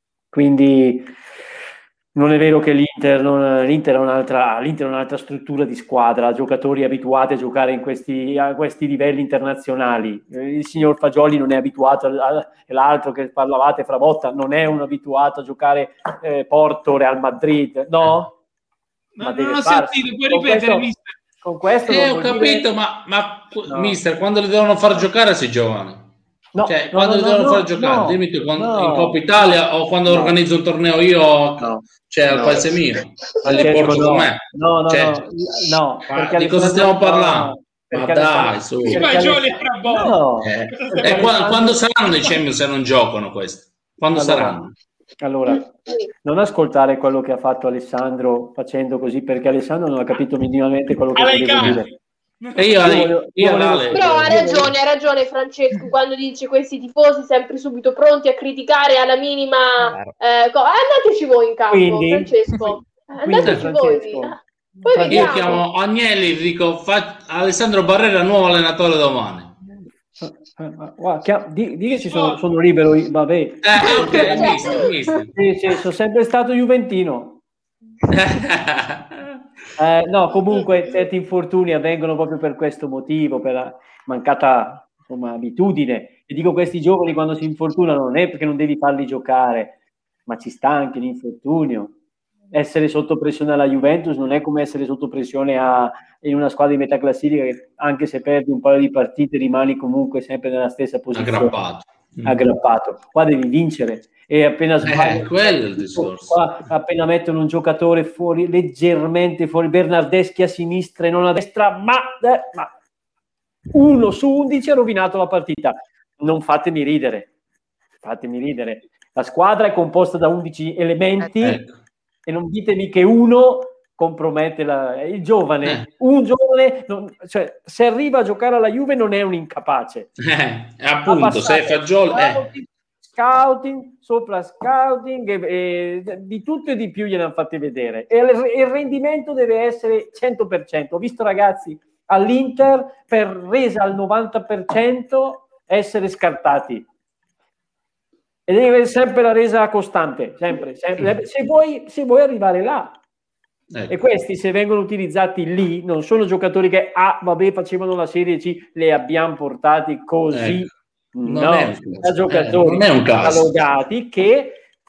Quindi non è vero che l'Inter, non, l'Inter, è un'altra, l'Inter è un'altra struttura di squadra, giocatori abituati a giocare in questi, a questi livelli internazionali. Il signor Fagioli non è abituato, a, l'altro che parlavate fra Botta non è un abituato a giocare eh, Porto, Real Madrid, no? No, Ma non deve ho farsi. sentito, puoi Con ripetere, questo, mister? con questo Eh, non ho vuol capito, dire... ma, ma No. mister, quando li devono far giocare sei giovane. No, Cioè, no, quando no, li no, devono no, far giocare, no, dimmi tu, quando, no, in Coppa Italia o quando no. organizzo un torneo io, No, cioè al no. paese mio, li Francesco, porto no. con me. No, no, Cioè, no, no, ma perché di cosa Alessandro- stiamo no, parlando? Ma perché dai, Alessandro- su. I perché Fagioli Alessandro- fra Botta. no, Eh, perché e qua- Alessandro- quando saranno i Champions se non giocano questi? Quando Allora, saranno? allora, non ascoltare quello che ha fatto Alessandro facendo così, perché Alessandro non ha capito minimamente quello che Allora, volevo i dire. E io, Io volevo- io, io volevo- Ale, Però ha Io- ragione, ha ragione Francesco quando dice questi tifosi sempre subito pronti a criticare alla minima eh, co- andateci voi in campo, Quindi- Francesco. quindi, Andateci voi. Francesco, Poi Francesco- io vediamo. chiamo Agnelli, dico fa, Alessandro Barrera nuovo allenatore domani. Eh, ma guarda, chia- di, di che ci sono, sono libero, io- vabbè. Eh, ok, mister, mister. Sì, sì, sono sempre stato juventino. Eh, no, comunque certi infortuni avvengono proprio per questo motivo, per la mancata insomma, abitudine. E dico, questi giovani quando si infortunano non è perché non devi farli giocare, ma ci sta anche l'infortunio. Essere sotto pressione alla Juventus non è come essere sotto pressione a, in una squadra di metà classifica che anche se perdi un paio di partite rimani comunque sempre nella stessa posizione. Aggrappato. Aggrappato. Qua devi vincere. E appena sbagli, Eh, quello è il discorso. qua, appena mettono un giocatore fuori, leggermente fuori, Bernardeschi a sinistra e non a destra, ma, eh, ma uno su undici ha rovinato la partita. Non fatemi ridere, fatemi ridere. La squadra è composta da undici elementi Ecco. e non ditemi che uno compromette la, il giovane. Eh. Un giovane, non, cioè, se arriva a giocare alla Juve non è un incapace. Eh, appunto, se Fagioli... Eh. Scouting, scouting, sopra scouting, e, e, di tutto e di più gliene hanno fatti vedere. E il, il rendimento deve essere cento per cento. Ho visto ragazzi all'Inter per resa al novanta per cento essere scartati. E deve avere sempre la resa costante, sempre, sempre. Se, vuoi, se vuoi arrivare là. Ecco. E questi, se vengono utilizzati lì, non sono giocatori che, ah, vabbè, facevano la Serie C, le abbiamo portati così. Ecco. Non No, è un caso. da giocatori Eh, non è un caso. catalogati che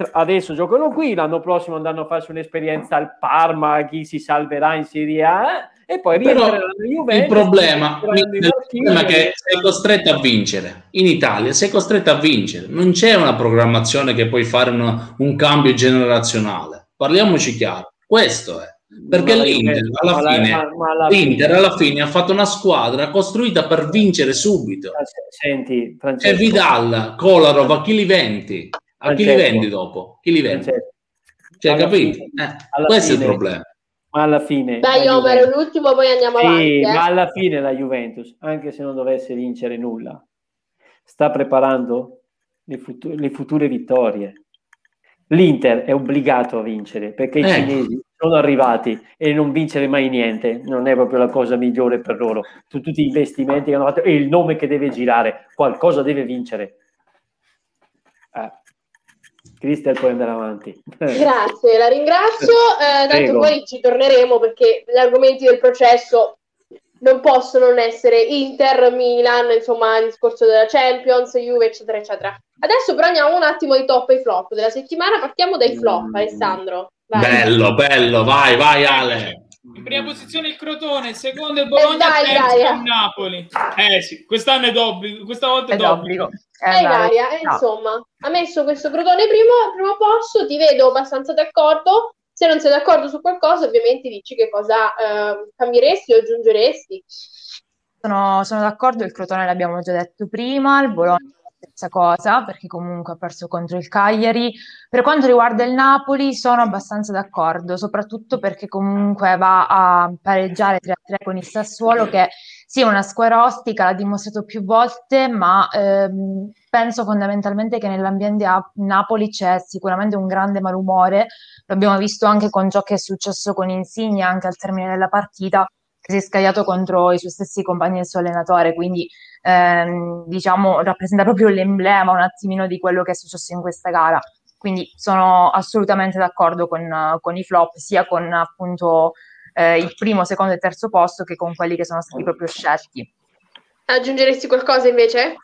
adesso giocano qui, l'anno prossimo andranno a farsi un'esperienza al Parma, chi si salverà in Serie A, e poi rientreranno in Juventus. Il problema, il problema è che sei costretto a vincere. In Italia sei costretto a vincere, non c'è una programmazione che puoi fare una, un cambio generazionale. Parliamoci chiaro, questo è. Perché ma l'Inter, alla, ma fine, la, ma alla l'Inter fine. alla fine ha fatto una squadra costruita per vincere subito. Senti, c'è Vidal, Kolarov, a chi li vendi? A Francesco. chi li vendi dopo? Chi li vendi? Cioè, capito? Fine, eh, questo fine, è il problema. Ma alla fine... Dai, Omer, l'ultimo, poi andiamo sì, avanti. Eh. Ma alla fine la Juventus, anche se non dovesse vincere nulla, sta preparando le, futu- le future vittorie. L'Inter è obbligato a vincere, perché eh. i cinesi sono arrivati e non vincere mai niente non è proprio la cosa migliore per loro. Su tutti gli investimenti che hanno fatto e il nome che deve girare, qualcosa deve vincere. Eh. Cristian, puoi andare avanti. Grazie, la ringrazio. Eh, tanto poi ci torneremo perché gli argomenti del processo non possono non essere Inter, Milan, insomma il discorso della Champions, Juve, eccetera, eccetera. Adesso però andiamo un attimo ai top e ai flop della settimana. Partiamo dai flop, mm. Alessandro. Vai. Bello, bello, vai, vai Ale. In prima posizione il Crotone, il secondo il Bologna, eh terzo il Napoli. Eh sì, quest'anno è d'obbligo, questa volta è, è d'obbligo. È Ilaria, eh, no. Insomma, ha messo questo Crotone primo, al primo posto, ti vedo abbastanza d'accordo. Se non sei d'accordo su qualcosa, ovviamente dici che cosa eh, cambieresti o aggiungeresti. Sono, sono d'accordo, il Crotone l'abbiamo già detto prima, il Bologna la stessa cosa, perché comunque ha perso contro il Cagliari. Per quanto riguarda il Napoli sono abbastanza d'accordo, soprattutto perché comunque va a pareggiare tre a tre con il Sassuolo, che sì è una squadra ostica, l'ha dimostrato più volte, ma ehm, penso fondamentalmente che nell'ambiente a Napoli c'è sicuramente un grande malumore. L'abbiamo visto anche con ciò che è successo con Insigne anche al termine della partita, che si è scagliato contro i suoi stessi compagni del suo allenatore, quindi ehm, diciamo rappresenta proprio l'emblema un attimino di quello che è successo in questa gara. Quindi sono assolutamente d'accordo con, con i flop, sia con appunto eh, il primo, secondo e terzo posto, che con quelli che sono stati proprio scelti. Aggiungeresti qualcosa invece?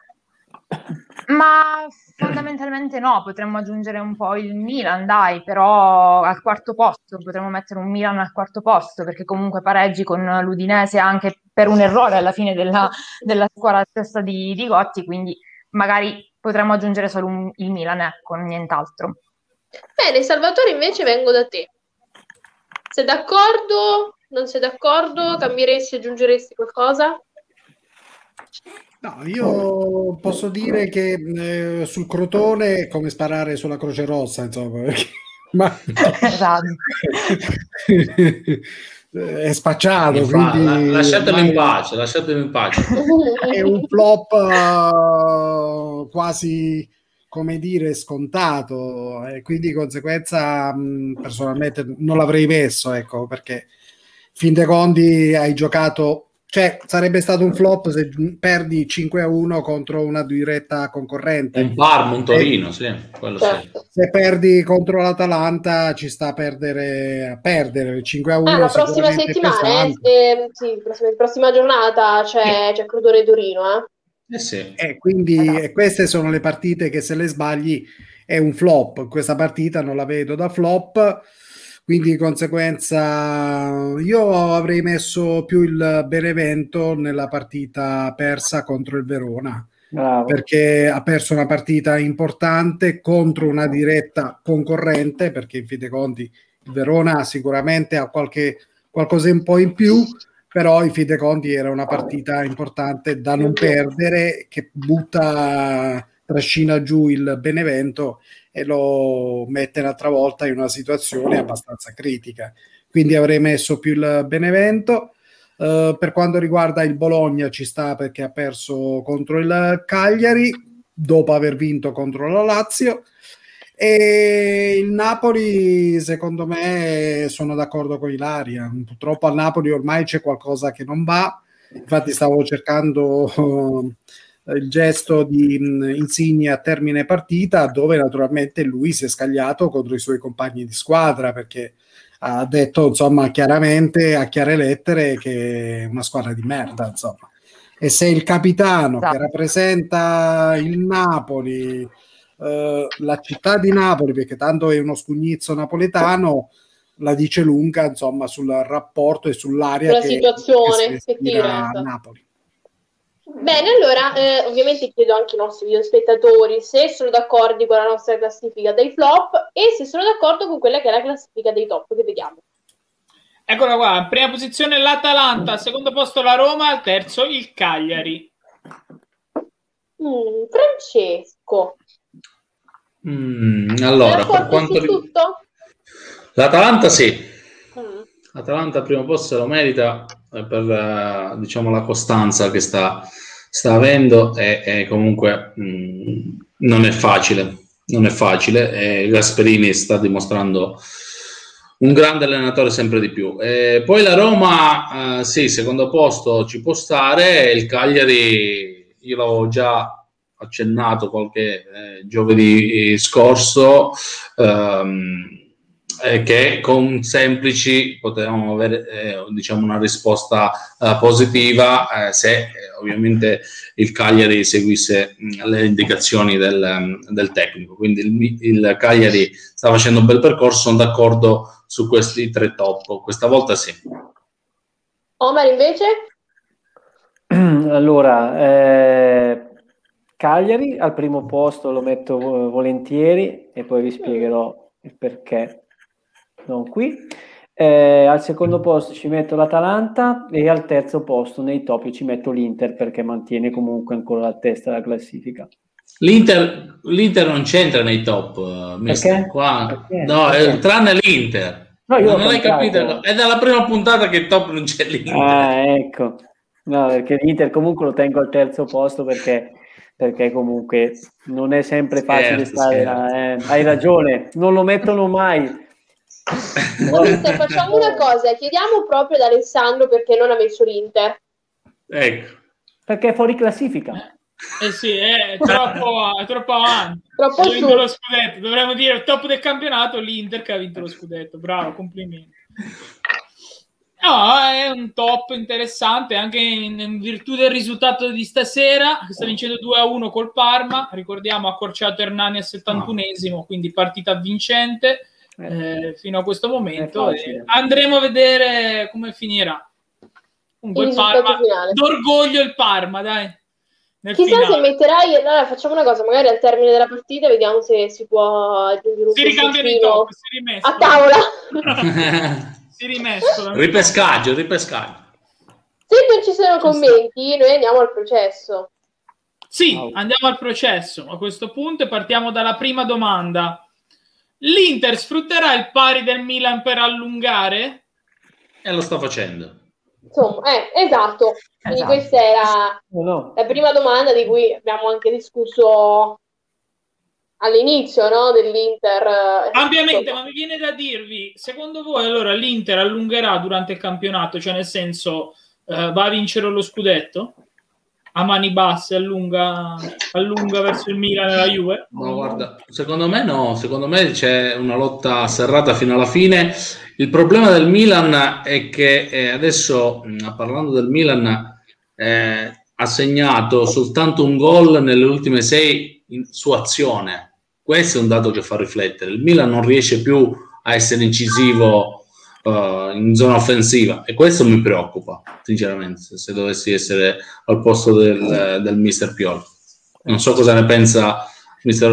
Ma fondamentalmente no, potremmo aggiungere un po' il Milan, dai, però al quarto posto, potremmo mettere un Milan al quarto posto, perché comunque pareggi con l'Udinese anche per un errore alla fine della, della squadra stessa di, di Gotti, quindi magari potremmo aggiungere solo un, il Milan, ecco, nient'altro. Bene, Salvatore, invece vengo da te. Sei d'accordo? Non sei d'accordo? Cambieresti, aggiungeresti qualcosa? No, io posso dire che eh, sul Crotone è come sparare sulla Croce Rossa, insomma, perché... ma è spacciato, Infatti, quindi lasciatelo in pace, lasciatelo in pace. È un flop uh, quasi, come dire, scontato, e quindi di conseguenza mh, personalmente non l'avrei messo, ecco, perché fin dei conti hai giocato. Cioè, sarebbe stato un flop se perdi cinque a uno contro una diretta concorrente. Un Parma, un Torino, e, sì, quello certo. sì. Se perdi contro l'Atalanta ci sta a perdere, a perdere cinque a uno. Ah, la prossima settimana, eh, eh, sì, prossima, prossima giornata c'è, c'è Crotone Torino, eh. Eh sì. E quindi e queste sono le partite che se le sbagli è un flop. Questa partita non la vedo da flop. Quindi di conseguenza io avrei messo più il Benevento nella partita persa contro il Verona. Bravo. Perché ha perso una partita importante contro una diretta concorrente, perché in fin dei conti il Verona sicuramente ha qualche qualcosa un po' in più, però in fin dei conti era una partita importante da non perdere, che butta trascina giù il Benevento e lo mette un'altra volta in una situazione abbastanza critica. Quindi avrei messo più il Benevento. Uh, per quanto riguarda il Bologna ci sta perché ha perso contro il Cagliari dopo aver vinto contro la Lazio, e il Napoli secondo me sono d'accordo con Ilaria. Purtroppo al Napoli ormai c'è qualcosa che non va, infatti stavo cercando uh, il gesto di Insigne a termine partita, dove naturalmente lui si è scagliato contro i suoi compagni di squadra, perché ha detto insomma chiaramente, a chiare lettere, che è una squadra di merda, insomma. E se il capitano che rappresenta il Napoli eh, la città di Napoli, perché tanto è uno scugnizzo napoletano, la dice lunga, insomma, sul rapporto e sull'area sulla che, situazione che si respira a Napoli. Bene, allora, eh, ovviamente chiedo anche ai nostri videospettatori se sono d'accordo con la nostra classifica dei flop e se sono d'accordo con quella che è la classifica dei top, che vediamo. Eccola qua, prima posizione l'Atalanta, al secondo posto la Roma, al terzo il Cagliari. Mm, Francesco. Mm, allora, per quanto tutto? L'Atalanta sì. Mm. L'Atalanta al primo posto se lo merita per diciamo la costanza che sta, sta avendo e, e comunque mh, non è facile, non è facile e Gasperini sta dimostrando un grande allenatore sempre di più. E poi la Roma, eh, sì, secondo posto ci può stare, il Cagliari io l'avevo già accennato qualche eh, giovedì scorso, ehm, eh, che con semplici potevamo avere eh, diciamo una risposta eh, positiva eh, se eh, ovviamente il Cagliari seguisse mh, le indicazioni del, del tecnico. Quindi il, il Cagliari sta facendo un bel percorso, sono d'accordo su questi tre top, questa volta sì. Omar invece? Allora, eh, Cagliari al primo posto lo metto volentieri e poi vi spiegherò il perché non qui. Eh, al secondo posto ci metto l'Atalanta e al terzo posto nei top ci metto l'Inter perché mantiene comunque ancora la testa della classifica. L'Inter, l'Inter non c'entra nei top, perché? Qua. Perché? No, perché? Eh, tranne l'Inter. No, io non hai capito? È dalla prima puntata che top non c'è l'Inter. Ah, ecco. No, perché l'Inter comunque lo tengo al terzo posto perché, perché comunque non è sempre facile scherzo, stare. scherzo. Eh, hai ragione, non lo mettono mai. No, mister, facciamo una cosa, chiediamo proprio ad Alessandro perché non ha messo l'Inter. Ecco. Perché è fuori classifica. Eh sì, è troppo, è troppo avanti. Troppo ha vinto lo scudetto. Dovremmo dire il top del campionato, l'Inter che ha vinto lo scudetto. Bravo, complimenti. No, è un top interessante anche in, in virtù del risultato di stasera, che sta vincendo due a uno col Parma. Ricordiamo, ha accorciato Hernani al settantunesimo, quindi partita vincente eh, fino a questo momento. E andremo a vedere come finirà. Comunque il Parma, finale. D'orgoglio il Parma, dai. Chissà finale. Se metterai, allora facciamo una cosa, magari al termine della partita vediamo se si può aggiungere un si ricambiano i top, si rimescono. A tavola. si rimescono. Ripescaggio, ripescaggio. Se non ci sono commenti, noi andiamo al processo. Sì, wow. Andiamo al processo. A questo punto e partiamo dalla prima domanda. L'Inter sfrutterà il pari del Milan per allungare? E lo sta facendo. Insomma, eh, esatto. Quindi esatto. Questa era oh no. la prima domanda di cui abbiamo anche discusso all'inizio, no, dell'Inter. Ampiamente, ma mi viene da dirvi, secondo voi allora l'Inter allungherà durante il campionato, cioè nel senso eh, va a vincere lo scudetto? A mani basse allunga, allunga verso il Milan e la Juve? No, guarda, secondo me no, secondo me c'è una lotta serrata fino alla fine. Il problema del Milan è che eh, adesso, parlando del Milan, eh, ha segnato soltanto un gol nelle ultime sei in, su azione. Questo è un dato che fa riflettere. Il Milan non riesce più a essere incisivo uh, in zona offensiva e questo mi preoccupa, sinceramente, se dovessi essere al posto del, del mister Pioli. Non so cosa ne pensa mister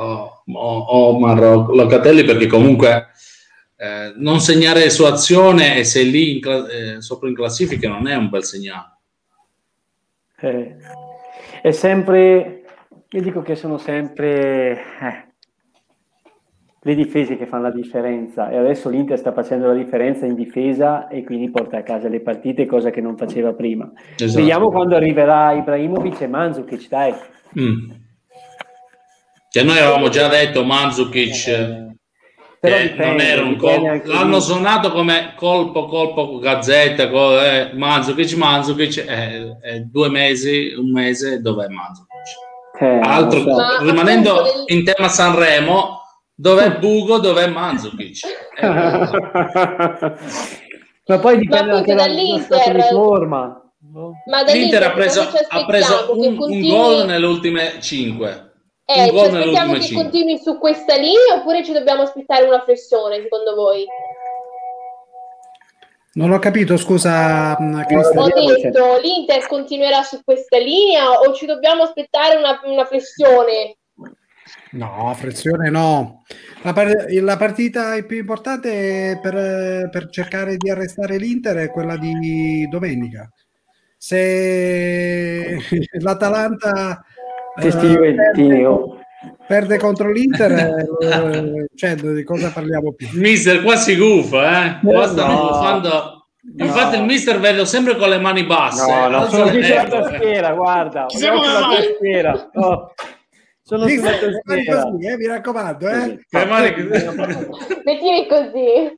Omar Locatelli, perché comunque eh, non segnare su azione e sei lì in cla- eh, sopra in classifica non è un bel segnale. Eh, è sempre, io dico che sono sempre eh, le difese che fanno la differenza e adesso l'Inter sta facendo la differenza in difesa e quindi porta a casa le partite, cosa che non faceva prima. Esatto. Vediamo quando arriverà Ibrahimovic e Mandzukic, dai. Mm. Che noi avevamo già detto Mandzukic eh, però dipende, non era un colpo, l'hanno suonato come colpo colpo gazzetta co- eh, Mandzukic Mandzukic eh, eh, due mesi un mese dov'è Mandzukic eh, altro so. Rimanendo del... in tema Sanremo dov'è Bugo dov'è Mandzukic eh, ma poi dipende anche dall'Inter di forma. Ma l'Inter ha preso, ha preso un, un gol nelle ultime cinque Eh, ci aspettiamo che cinque. Continui su questa linea oppure ci dobbiamo aspettare una flessione, secondo voi? Non ho capito, scusa. Cristian. Ho detto, l'Inter continuerà su questa linea o ci dobbiamo aspettare una, una flessione? No, flessione no. La, par- la partita più importante per, per cercare di arrestare l'Inter è quella di domenica. Se l'Atalanta eh, perde, perde contro l'Inter, eh, cioè, di cosa parliamo più? Il mister qua si gufa, eh? Qua stanno no. gufando. Infatti no. Il mister vedo sempre con le mani basse. No, no, sono qui sulla tastiera, guarda. Sono sulla tastiera. Oh. Sono sulla tastiera. Così, eh, mi raccomando, eh. Le mani mettimi così.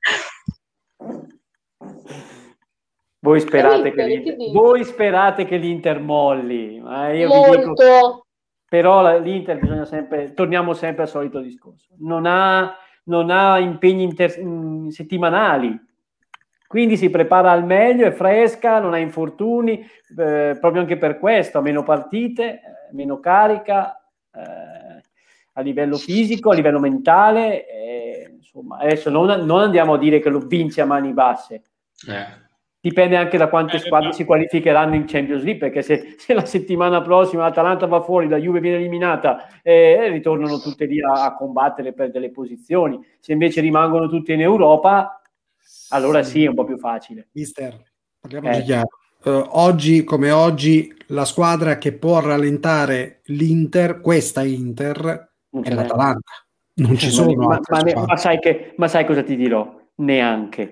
Voi sperate, che l'Inter, voi sperate che l'Inter molli, ma io Molto. vi dico, però l'Inter bisogna sempre, torniamo sempre al solito discorso, non ha, non ha impegni inter, mh, settimanali, quindi si prepara al meglio, è fresca, non ha infortuni, eh, proprio anche per questo, ha meno partite, eh, meno carica, eh, a livello fisico, a livello mentale, eh, insomma, adesso non, non andiamo a dire che lo vince a mani basse. Eh. Dipende anche da quante squadre si qualificheranno in Champions League, perché se, se la settimana prossima l'Atalanta va fuori, la Juve viene eliminata, eh, ritornano tutte lì a, a combattere per delle posizioni. Se invece rimangono tutte in Europa, allora sì, è un po' più facile. Mister, parliamoci eh. chiaro. Uh, oggi come oggi la squadra che può rallentare l'Inter, questa Inter, non è l'Atalanta. Non ci sono ma, ma, ma, ma, sai che, ma sai cosa ti dirò? Neanche.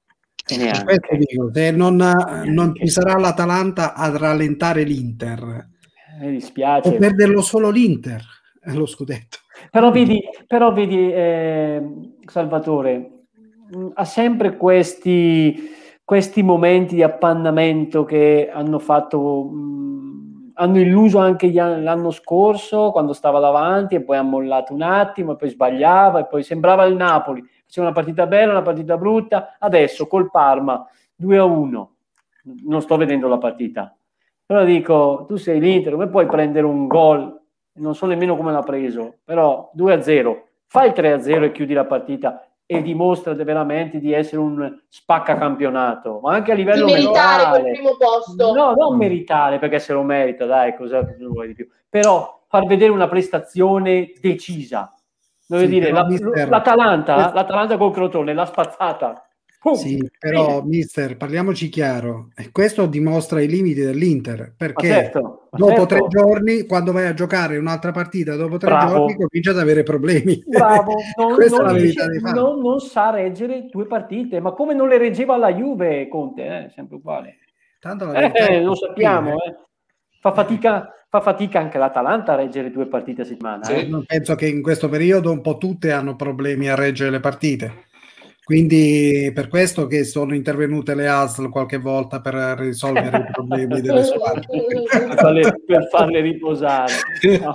Dico, se non, non ci sarà l'Atalanta a rallentare l'Inter, mi dispiace, o perderlo solo l'Inter lo scudetto. Però vedi, però vedi eh, Salvatore mh, ha sempre questi, questi momenti di appannamento che hanno fatto mh, hanno illuso anche gli, l'anno scorso quando stava davanti e poi ha mollato un attimo e poi sbagliava e poi sembrava il Napoli. C'è una partita bella, una partita brutta. Adesso col Parma due a uno, non sto vedendo la partita, però dico, tu sei l'Inter, come puoi prendere un gol? Non so nemmeno come l'ha preso, però due a zero, fai il tre a zero e chiudi la partita e dimostra veramente di essere un spaccacampionato, ma anche a livello di meritare mentale. quel primo posto. No, non meritare, perché se lo merita, dai, cosa vuoi di più, però far vedere una prestazione decisa. Devo sì, dire, la, mister, l'Atalanta, questo... l'Atalanta col Crotone l'ha spazzata. Uh, sì, però, sì. Mister, parliamoci chiaro. E questo dimostra i limiti dell'Inter. Perché ma certo, ma dopo certo. tre giorni, quando vai a giocare un'altra partita, dopo tre Bravo. giorni comincia ad avere problemi. Bravo, non, Questa non, è la verità dice, non, non sa reggere due partite, ma come non le reggeva la Juve, Conte, eh? Sempre uguale. Tanto la verità eh, lo sappiamo, eh. Fa fatica. Fa fatica anche l'Atalanta a reggere due partite a settimana. Sì, eh? non penso che in questo periodo un po' tutte hanno problemi a reggere le partite. Quindi per questo che sono intervenute le A S L qualche volta per risolvere i problemi delle squadre. per, farle, per farle riposare. No.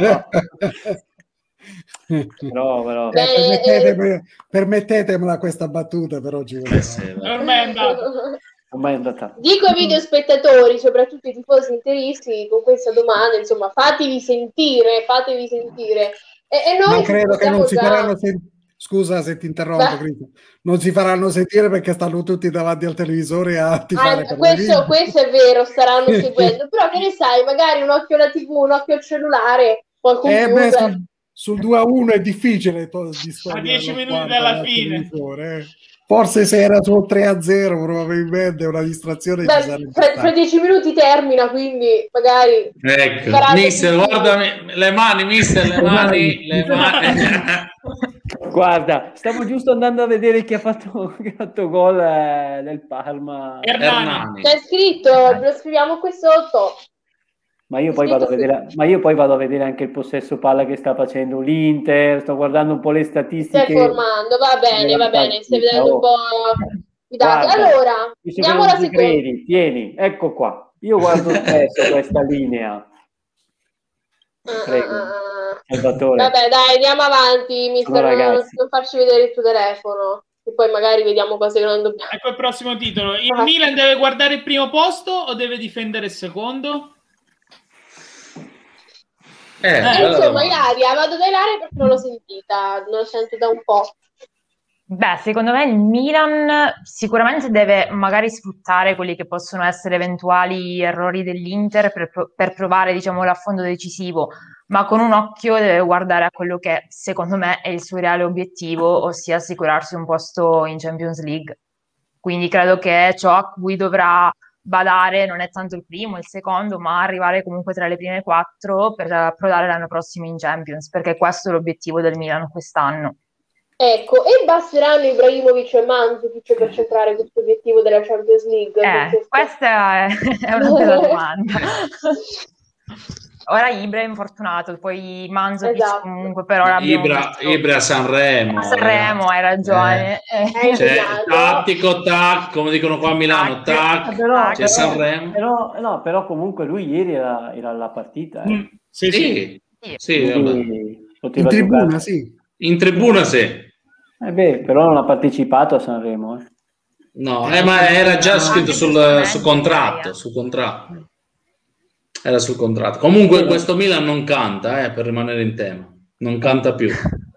però, però. Eh, permettetemi, permettetemela questa battuta, però ci ormai è andato. Ormai è andata. Dico ai videospettatori, soprattutto i tifosi interisti, con questa domanda, insomma, fatevi sentire, fatevi sentire. E, e noi non credo che non si già... faranno sentire. Scusa se ti interrompo, Cristo. Non si faranno sentire perché stanno tutti davanti al televisore a tifare. Ah, questo, questo è vero, staranno seguendo. Però che ne sai, magari un occhio alla tivù, un occhio al cellulare, o al computer. Eh beh, sul, sul due a uno è difficile to- a dieci minuti dalla fine. Eh. Forse se era sul tre a zero probabilmente una distrazione Beh, ci sarebbe fra, fra dieci minuti termina, quindi magari ecco, mister, guardami le mani, mister, le mani, le mani. Guarda, stavo giusto andando a vedere chi ha fatto, chi ha fatto gol eh, del Parma. Hernani. C'è scritto, lo scriviamo qui sotto. Ma io, poi vado a vedere, ma io poi vado a vedere anche il possesso palla che sta facendo l'Inter, sto guardando un po' le statistiche. Stai formando, va bene, va bene, stai vedendo un po' i dati. Allora, andiamo alla seconda. Credi, tieni, ecco qua. Io guardo spesso questa linea. Prego. Salvatore. Vabbè, dai, andiamo avanti, mister, non, non farci vedere il tuo telefono. E poi magari vediamo cose che non dobbiamo. Ecco il prossimo titolo. Il ah. Milan deve guardare il primo posto o deve difendere il secondo? Eh, eh, insomma, Ilaria, vado da Ilaria perché non l'ho sentita, non lo sento da un po'. Beh, secondo me il Milan sicuramente deve magari sfruttare quelli che possono essere eventuali errori dell'Inter per, per provare, diciamo, l'affondo decisivo, ma con un occhio deve guardare a quello che secondo me è il suo reale obiettivo, ossia assicurarsi un posto in Champions League. Quindi credo che ciò a cui dovrà badare non è tanto il primo, il secondo, ma arrivare comunque tra le prime quattro per approdare l'anno prossimo in Champions, perché questo è l'obiettivo del Milan quest'anno. Ecco, e basteranno Ibrahimovic e Mandzukic per centrare questo obiettivo della Champions League? Eh, questa è, è una bella domanda. Ora Ibra è infortunato, poi Mandzukic esatto. comunque per ora abbiamo Ibra, visto... Ibra a Sanremo. A Sanremo, hai ragione. Eh. Cioè, tattico, tac, come dicono qua a Milano, tac, però, c'è però, Sanremo. Però, no, però comunque lui ieri era, era alla partita. Eh. Mm, sì, sì. sì. sì in tribuna, giocare. sì. In tribuna, sì. Eh beh, però non ha partecipato a Sanremo. Eh. No, eh, ma era già scritto sul, sul contratto, sul contratto. Era sul contratto. Comunque questo Milan non canta, eh, per rimanere in tema. Non canta più.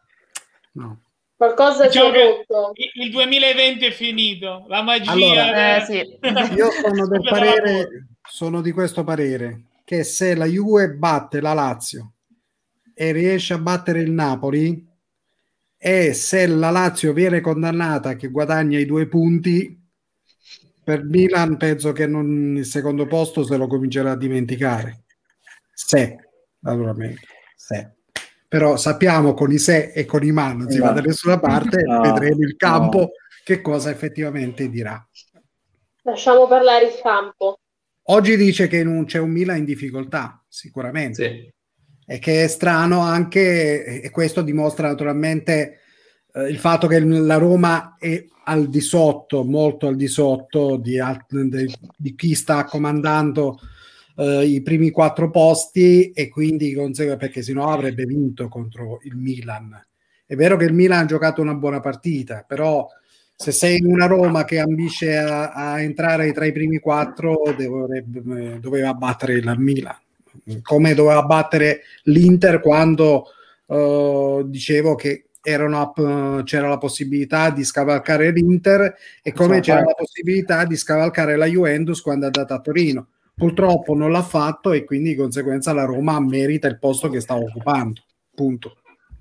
No. Qualcosa diciamo ci è rotto. Il duemilaventi è finito, la magia. Allora, eh, sì. Io sono del parere, sono di questo parere, che se la Juve batte la Lazio e riesce a battere il Napoli, e se la Lazio viene condannata che guadagna i due punti, per Milan penso che non, il secondo posto se lo comincerà a dimenticare. Se, naturalmente, se. Però sappiamo con i se e con i ma non si no. va da nessuna parte, no. vedremo il campo no. che cosa effettivamente dirà. Lasciamo parlare il campo. Oggi dice che non c'è un Milan in difficoltà, sicuramente. Sì. E che è strano anche, e questo dimostra naturalmente eh, il fatto che la Roma è al di sotto, molto al di sotto di, di, di chi sta comandando eh, i primi quattro posti, e quindi consegue, perché sennò avrebbe vinto contro il Milan. È vero che il Milan ha giocato una buona partita, però se sei una Roma che ambisce a, a entrare tra i primi quattro dovrebbe, doveva battere il Milan, come doveva battere l'Inter quando uh, dicevo che erano up, c'era la possibilità di scavalcare l'Inter, e come c'era la possibilità di scavalcare la Juventus quando è andata a Torino. Purtroppo non l'ha fatto, e quindi di conseguenza la Roma merita il posto che sta occupando, punto.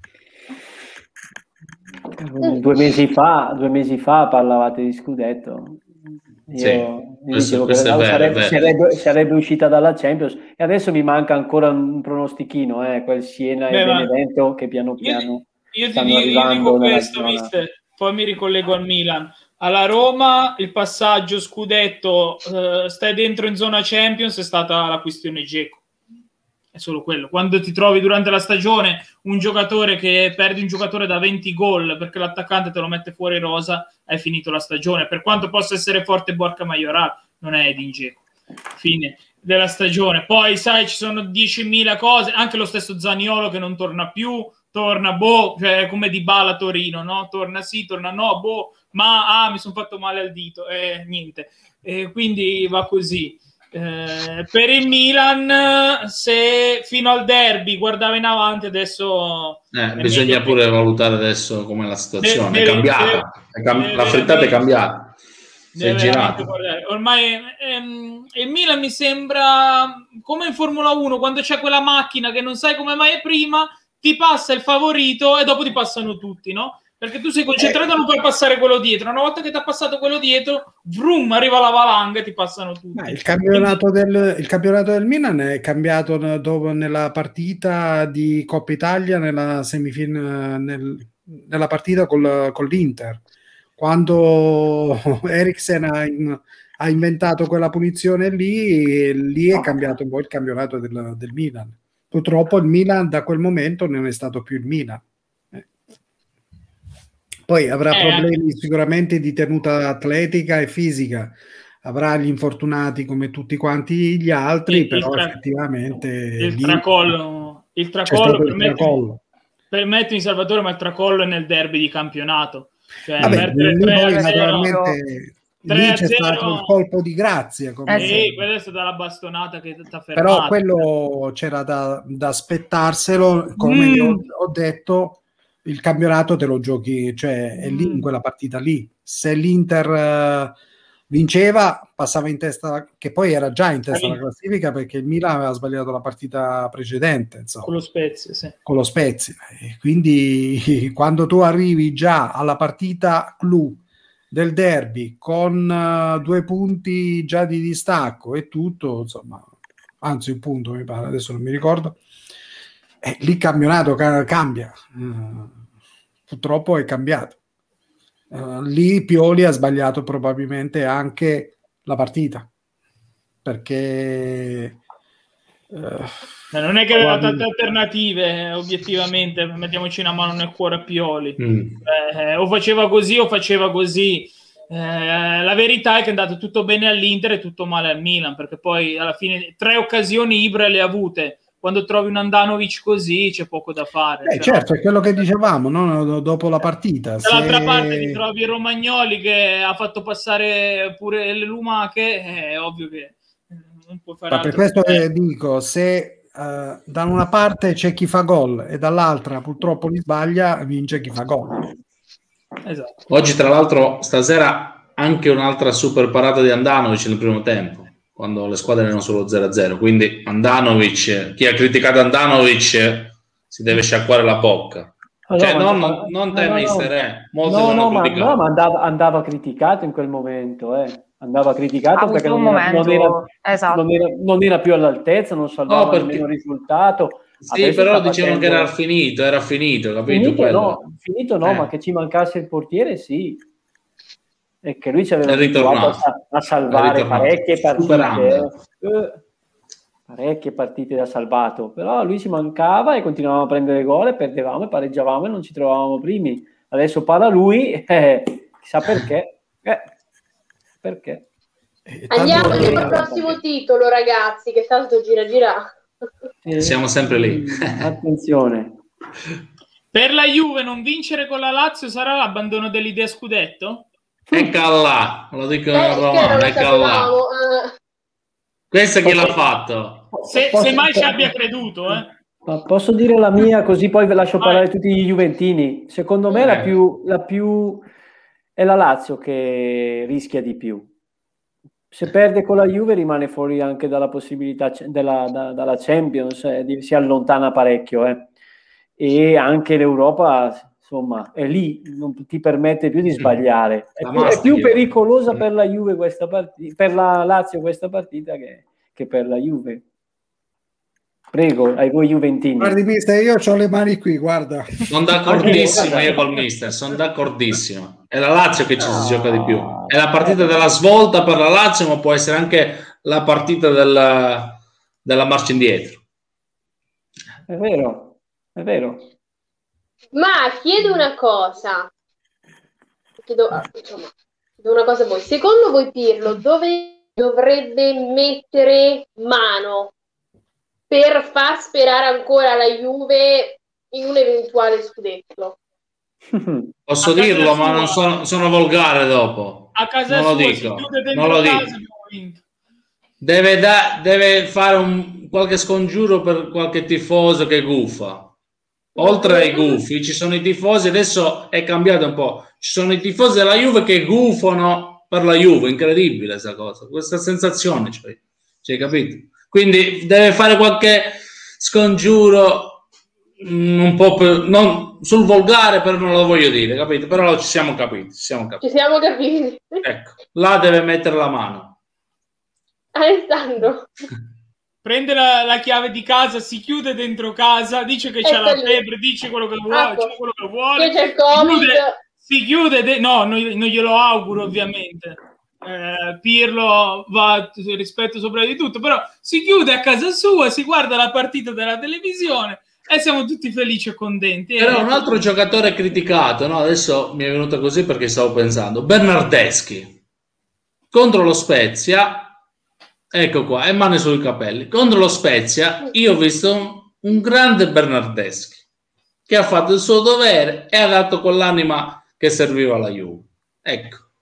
Due mesi fa, due mesi fa parlavate di scudetto. Io, sì, io questo, dicevo questo che è vero, sarebbe, è vero. Sarebbe, sarebbe uscita dalla Champions, e adesso mi manca ancora un pronostichino, eh, quel Siena Beh, e Benevento che piano piano io, io stanno ti, arrivando io dico nella questo, zona. mister, poi mi ricollego al Milan. Alla Roma il passaggio scudetto eh, stai dentro in zona Champions è stata la questione Dzeko. È solo quello. Quando ti trovi durante la stagione un giocatore che perdi un giocatore da venti gol perché l'attaccante te lo mette fuori rosa, hai finito la stagione. Per quanto possa essere forte Borca Majoral, non è Edin Dzeko. Fine della stagione. Poi sai, ci sono diecimila cose, anche lo stesso Zaniolo che non torna più, torna boh, cioè come Dybala a Torino, no? Torna sì, torna no, boh, ma ah, mi sono fatto male al dito, e eh, niente. E quindi va così. Eh, per il Milan, se fino al derby guardava in avanti, adesso eh, bisogna pure che... valutare adesso come la situazione deve, è cambiata, deve, è cam- deve la frittata è cambiata, si è girata. Ormai ehm, il Milan mi sembra come in Formula uno, quando c'è quella macchina che non sai come mai è prima, ti passa il favorito e dopo ti passano tutti, no? Perché tu sei concentrato a non far passare quello dietro. Una volta che ti ha passato quello dietro, vroom, arriva la valanga e ti passano tutti. Il campionato, del, il campionato del Milan è cambiato dopo nella partita di Coppa Italia, nella semifin- nel, nella partita col, con l'Inter, quando Eriksen ha, in, ha inventato quella punizione lì, lì è cambiato un po' il campionato del, del Milan. Purtroppo il Milan da quel momento non è stato più il Milan. Poi avrà eh, problemi sicuramente di tenuta atletica e fisica, avrà gli infortunati come tutti quanti gli altri, il, però il tra- effettivamente il lì tracollo, il tracollo, permettimi, permettimi Salvatore, ma il tracollo è nel derby di campionato. Cioè, Vabbè, lì poi naturalmente lì c'è stato un colpo di grazia, come eh sì, quella è stata la bastonata che ti ha fermato. Però quello c'era da, da aspettarselo, come mm. ho, ho detto, il campionato te lo giochi, cioè è lì in quella partita lì. Se l'Inter uh, vinceva, passava in testa, che poi era già in testa alla classifica perché il Milan aveva sbagliato la partita precedente, insomma. Con lo Spezia, sì. Con lo Spezia. E quindi quando tu arrivi già alla partita clou del derby con uh, due punti già di distacco e tutto, insomma, anzi un punto mi pare, adesso non mi ricordo, eh, lì il campionato ca- cambia, uh, purtroppo è cambiato. Uh, lì Pioli ha sbagliato probabilmente anche la partita, perché uh, non è che aveva tante alternative, obiettivamente, mettiamoci una mano nel cuore a Pioli. Mm. Eh, o faceva così o faceva così. Eh, la verità è che è andato tutto bene all'Inter e tutto male al Milan, perché poi alla fine tre occasioni Ibra le ha avute. Quando trovi un Andanovic così c'è poco da fare. Eh, cioè, certo, è quello che dicevamo, no? Dopo la partita. Dall'altra se... parte ti trovi Romagnoli che ha fatto passare pure le lumache, è ovvio che non può fare. Ma per questo che dico, se uh, da una parte c'è chi fa gol e dall'altra purtroppo li sbaglia, vince chi fa gol. Esatto. Oggi tra l'altro stasera anche un'altra super parata di Andanovic nel primo tempo, quando le squadre erano solo zero a zero, quindi Andanovic, chi ha criticato Andanovic si deve sciacquare la bocca. Allora, cioè, non, non, non te, no, mister, eh. Molti no, no, ma, no, ma andava, andava criticato in quel momento, eh. andava criticato perché non era, non, era, esatto. non, era, non era più all'altezza, non salvava no, perché... nemmeno il risultato. Sì, adesso però dicevano che era finito, era finito, capito? Finito no, finito no eh. ma che ci mancasse il portiere sì. E che lui ci aveva abituato a, a salvare parecchie partite. Eh, parecchie partite da salvato, però lui ci mancava e continuavamo a prendere gol e perdevamo e pareggiavamo e non ci trovavamo primi. Adesso parla lui, eh, chissà perché. Eh, perché? Andiamo per il prossimo titolo, ragazzi, che tanto gira gira. Eh, Siamo sempre lì. Attenzione. Per la Juve non vincere con la Lazio sarà l'abbandono dell'idea scudetto? Eccola là, lo dico eh, Romano, eccola là. Uh... Questo chi l'ha fatto? Se, posso, se mai ci abbia creduto, eh. Ma posso dire la mia, così poi ve lascio parlare tutti gli juventini. Secondo me eh. la più, la più è la Lazio che rischia di più. Se perde con la Juve rimane fuori anche dalla possibilità della, da, dalla Champions, eh, di, si allontana parecchio, eh. E anche l'Europa, insomma, è lì, non ti permette più di sbagliare. È più, è più pericolosa per la Juve questa partita, per la Lazio questa partita che, che per la Juve. Prego, ai voi juventini. Guardi, mister, io ho le mani qui, guarda. Sono d'accordissimo io col mister, sono d'accordissimo. È la Lazio che ci si gioca di più. È la partita della svolta per la Lazio, ma può essere anche la partita della, della marcia indietro. È vero, è vero. Ma chiedo una cosa. Chiedo, insomma, chiedo una cosa a voi. Secondo voi Pirlo dove dovrebbe mettere mano per far sperare ancora la Juve in un eventuale scudetto? Posso dirlo, ma non sono, sono volgare dopo. A casa non sua, lo dico, non lo dico. Deve, da, deve fare un, qualche scongiuro per qualche tifoso che gufa. Oltre ai gufi ci sono i tifosi, adesso è cambiato un po', ci sono i tifosi della Juve che gufano per la Juve, incredibile questa cosa, questa sensazione, cioè, cioè, capito? Quindi deve fare qualche scongiuro mh, un po' per, non, sul volgare, però non lo voglio dire, capito? Però ci siamo capiti, ci siamo capiti. Ci siamo capiti. Ecco, là deve mettere la mano. Alessandro. Prende la, la chiave di casa, si chiude dentro casa, dice che c'è la febbre, dice quello che vuole, ah, c'è quello che vuole. Che c'è il Covid. Chiude, si chiude, de- no, non, non glielo auguro ovviamente. Eh, Pirlo va rispetto sopra di tutto, però si chiude a casa sua, si guarda la partita della televisione e siamo tutti felici e contenti. Però eh, un altro giocatore criticato, no? Adesso mi è venuto così perché stavo pensando, Bernardeschi contro lo Spezia. Ecco qua, e mani sui capelli. Contro lo Spezia io ho visto un, un grande Bernardeschi che ha fatto il suo dovere e ha dato quell'anima che serviva alla Juve. Ecco,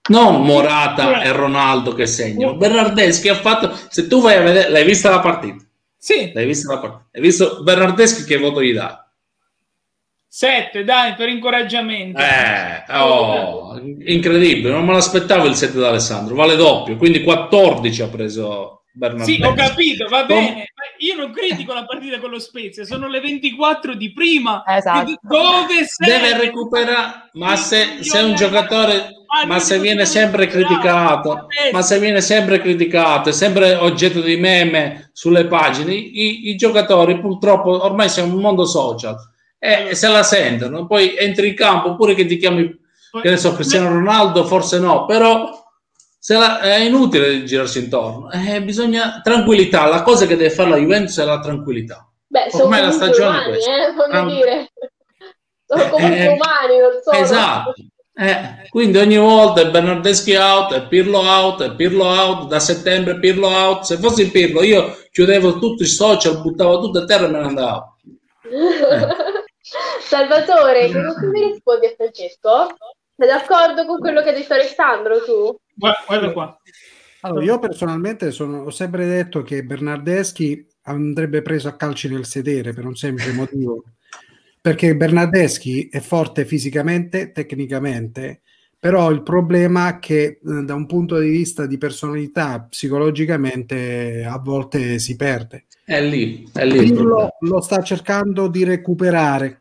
non Morata e Ronaldo che segnano. Bernardeschi ha fatto, se tu vai a vedere, l'hai vista la partita? Sì. L'hai vista la partita? Hai visto Bernardeschi che voto gli dà? sette, dai, per incoraggiamento. Eh, oh, incredibile, non me l'aspettavo il sette da Alessandro, vale doppio, quindi quattordici ha preso Bernardeschi. Sì, ho capito, va bene. Io non critico la partita con lo Spezia, sono le ventiquattro di prima. Esatto. Dove sei? Deve recuperare, ma se, se un giocatore, ma se viene sempre criticato, ma se viene sempre criticato, è sempre oggetto di meme sulle pagine, i, i giocatori purtroppo ormai siamo un mondo social. E se la sentono, poi entri in campo pure che ti chiami, che ne so, Cristiano Ronaldo, forse no, però se la, è inutile girarsi intorno, eh, bisogna tranquillità, la cosa che deve fare la Juventus è la tranquillità. Beh, sono ormai la stagione umani, è questa. Eh, voglio Tran- dire, sono comunque eh, umani, non sono. Esatto. Eh, quindi ogni volta è Bernardeschi out, è Pirlo out, è Pirlo out, da settembre Pirlo out. Se fossi Pirlo io chiudevo tutti i social, buttavo tutto a terra e me ne andavo. Eh. Salvatore, che cosa mi rispondi a Francesco? Sei d'accordo con quello che ha detto Alessandro tu? Guarda qua. Allora, io personalmente sono, ho sempre detto che Bernardeschi andrebbe preso a calci nel sedere per un semplice motivo, perché Bernardeschi è forte fisicamente, tecnicamente, però il problema è che eh, da un punto di vista di personalità, psicologicamente a volte si perde. È lì, è lì il lo, lo sta cercando di recuperare.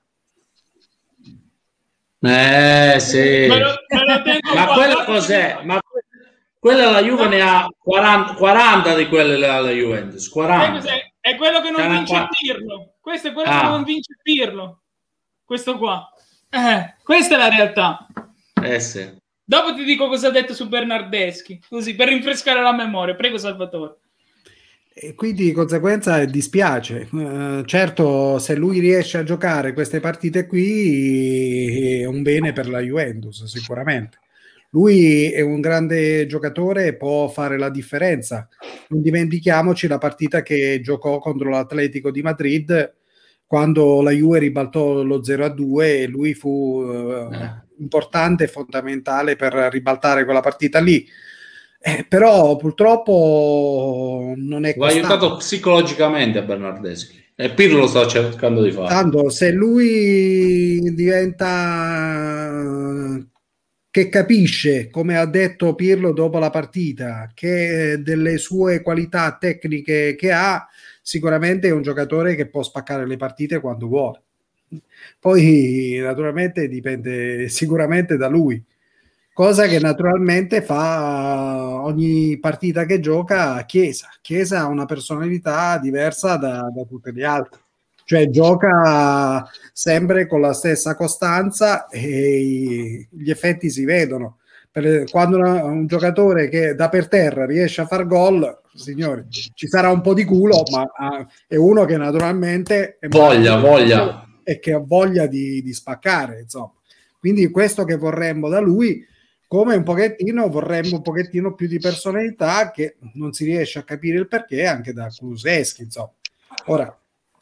Eh sì. Me lo, me lo Ma quella cos'è? Ma quella la Juve ne ha quaranta, quaranta di quelle la, la Juventus, quaranta. È quello che non quaranta. Vince Pirlo. Questo è quello ah. che non vince Pirlo. Questo qua. Eh, questa è la realtà. Eh sì. Dopo ti dico cosa ha detto su Bernardeschi, così per rinfrescare la memoria. Prego Salvatore. E quindi di conseguenza dispiace. Uh, certo, se lui riesce a giocare queste partite qui è un bene per la Juventus, sicuramente. Lui è un grande giocatore e può fare la differenza. Non dimentichiamoci la partita che giocò contro l'Atletico di Madrid quando la Juve ribaltò lo zero a due e lui fu uh, importante e fondamentale per ribaltare quella partita lì. Eh, però purtroppo non è va aiutato psicologicamente a Bernardeschi e Pirlo lo sta cercando di fare. Tanto se lui diventa che capisce, come ha detto Pirlo dopo la partita, che delle sue qualità tecniche che ha, sicuramente è un giocatore che può spaccare le partite quando vuole. Poi naturalmente dipende sicuramente da lui, cosa che naturalmente fa ogni partita che gioca Chiesa. Chiesa ha una personalità diversa da, da tutte le altre, cioè gioca sempre con la stessa costanza e gli effetti si vedono. Per, quando una, un giocatore che da per terra riesce a far gol, signori, ci sarà un po' di culo, ma uh, è uno che naturalmente è voglia, voglia e che ha voglia di, di spaccare, insomma. Quindi questo che vorremmo da lui, come un pochettino vorremmo un pochettino più di personalità, che non si riesce a capire il perché anche da Kulusevski, insomma. Ora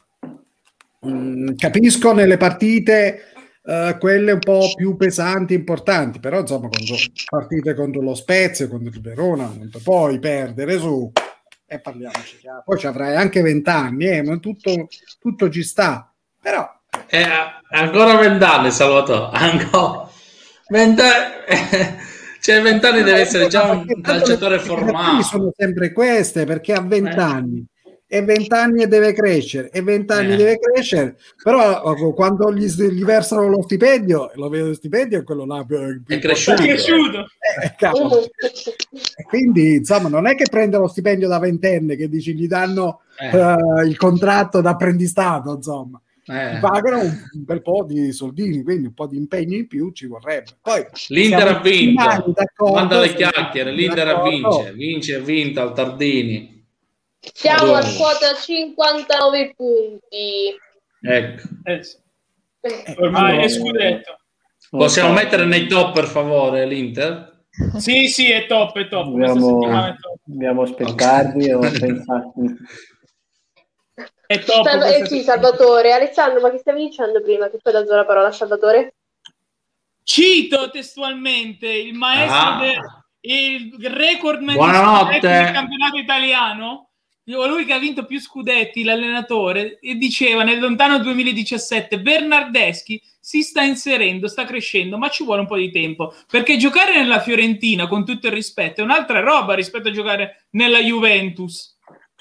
mh, capisco nelle partite uh, quelle un po' più pesanti, importanti, però insomma contro partite contro lo Spezia, contro il Verona non puoi perdere su e parliamoci chiaro. Poi ci avrai anche vent'anni, eh, ma tutto, tutto ci sta, però eh, ancora vent'anni Salvatore, ancora vent'anni. Cioè vent'anni deve essere già un calciatore formato. Sono sempre queste, perché ha vent'anni eh. e vent'anni e deve crescere e vent'anni eh. deve crescere, però quando gli, gli versano lo stipendio, lo vedo stipendio è quello là più, più è cresciuto, cresciuto. Eh, e quindi insomma non è che prende lo stipendio da ventenne che dici gli danno eh. uh, il contratto d'apprendistato, insomma Eh. pagano un bel po' di soldini, quindi un po' di impegno in più ci vorrebbe. Poi l'Inter ha vinto, manda le chiacchiere, l'Inter ha vince, vince e vinto al Tardini. Siamo a quota cinquantanove punti. Ecco. Eh, ormai è scudetto. Possiamo mettere nei top per favore l'Inter? Sì, sì, è top, è top. Dobbiamo, dobbiamo aspettarvi o pensarci. È top, Salve, eh sì, Salvatore. Alessandro, ma che stavi dicendo prima? Che poi ho dato la parola a Salvatore? Cito testualmente il maestro Ah. del il record man Buonanotte. del campionato italiano, lui che ha vinto più scudetti, l'allenatore, e diceva nel lontano duemiladiciassette: Bernardeschi si sta inserendo, sta crescendo, ma ci vuole un po' di tempo, perché giocare nella Fiorentina, con tutto il rispetto, è un'altra roba rispetto a giocare nella Juventus.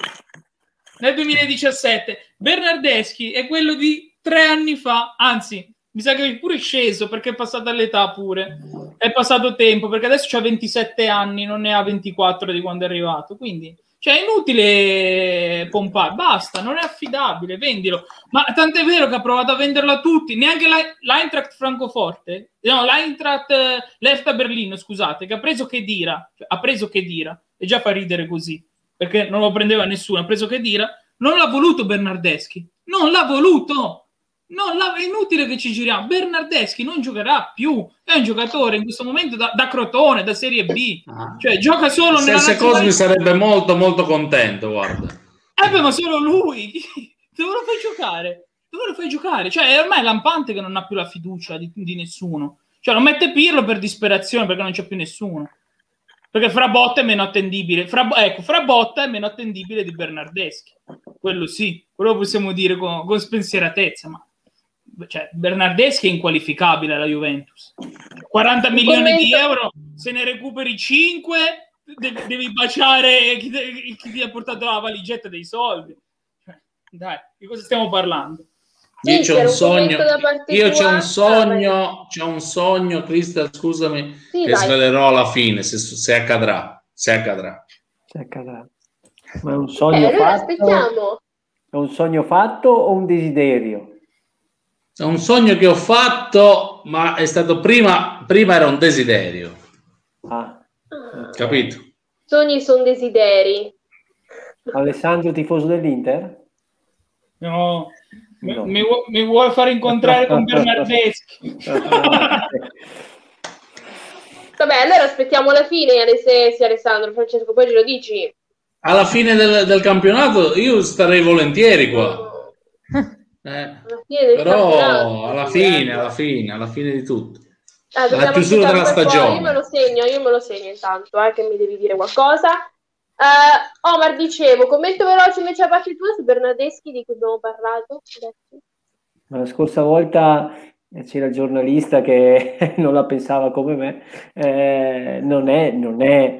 Nel duemiladiciassette Bernardeschi è quello di tre anni fa, anzi mi sa che è pure sceso perché è passata l'età pure, è passato tempo, perché adesso ha ventisette anni, non ne ha ventiquattro di quando è arrivato, quindi cioè è inutile pompare, basta, non è affidabile, vendilo. Ma tant'è vero che ha provato a venderlo a tutti, neanche l'Eintracht Francoforte, no, l'Eintracht eh, l'Hertha Berlino, scusate, che ha preso Khedira, cioè, ha preso Khedira, e già fa ridere così, perché non lo prendeva nessuno, ha preso Khedira, non l'ha voluto Bernardeschi, non l'ha voluto. Non, è inutile che ci giriamo. Bernardeschi non giocherà più, è un giocatore in questo momento da, da Crotone, da Serie B, ah. cioè gioca solo se nella se nazionale... Cosmi sarebbe molto molto contento, guarda. Eh beh, ma solo lui dove lo fai giocare? Dove lo fai giocare? Cioè è ormai lampante che non ha più la fiducia di, di nessuno, cioè lo mette Pirlo per disperazione perché non c'è più nessuno, perché Frabotta è meno attendibile. Fra, ecco, Frabotta è meno attendibile di Bernardeschi, quello sì, quello possiamo dire con, con spensieratezza, ma cioè, Bernardeschi è inqualificabile alla Juventus. quaranta milioni di euro, se ne recuperi cinque, devi, devi baciare chi, chi ti ha portato la valigetta dei soldi. Dai, di cosa stiamo parlando? Io c'ho un sogno, io c'ho un sogno, c'ho un sogno, Crystal, scusami, sì, che vai. Svelerò alla fine, se, se accadrà, se accadrà. Se accadrà. Ma è un sogno eh, fatto? Aspettiamo. È un sogno fatto o un desiderio? È un sogno che ho fatto, ma è stato prima, prima era un desiderio. Ah. Capito? Sogni sono desideri. Alessandro, tifoso dell'Inter? No. No. Mi, mi, mi vuoi far incontrare con Bernardeschi? Vabbè, allora aspettiamo la fine, alle sei, sì, Alessandro, Francesco, poi ce lo dici. Alla fine del, del campionato io starei volentieri qua. Eh, però alla fine, alla fine, alla fine di tutto. Ah, la chiusura della stagione. Io me lo segno, io me lo segno intanto, eh, che mi devi dire qualcosa. Uh, Omar, dicevo, commento veloce invece a parte tua su Bernardeschi di cui abbiamo parlato. Ma la scorsa volta c'era il giornalista che non la pensava come me. Eh, non è, non è,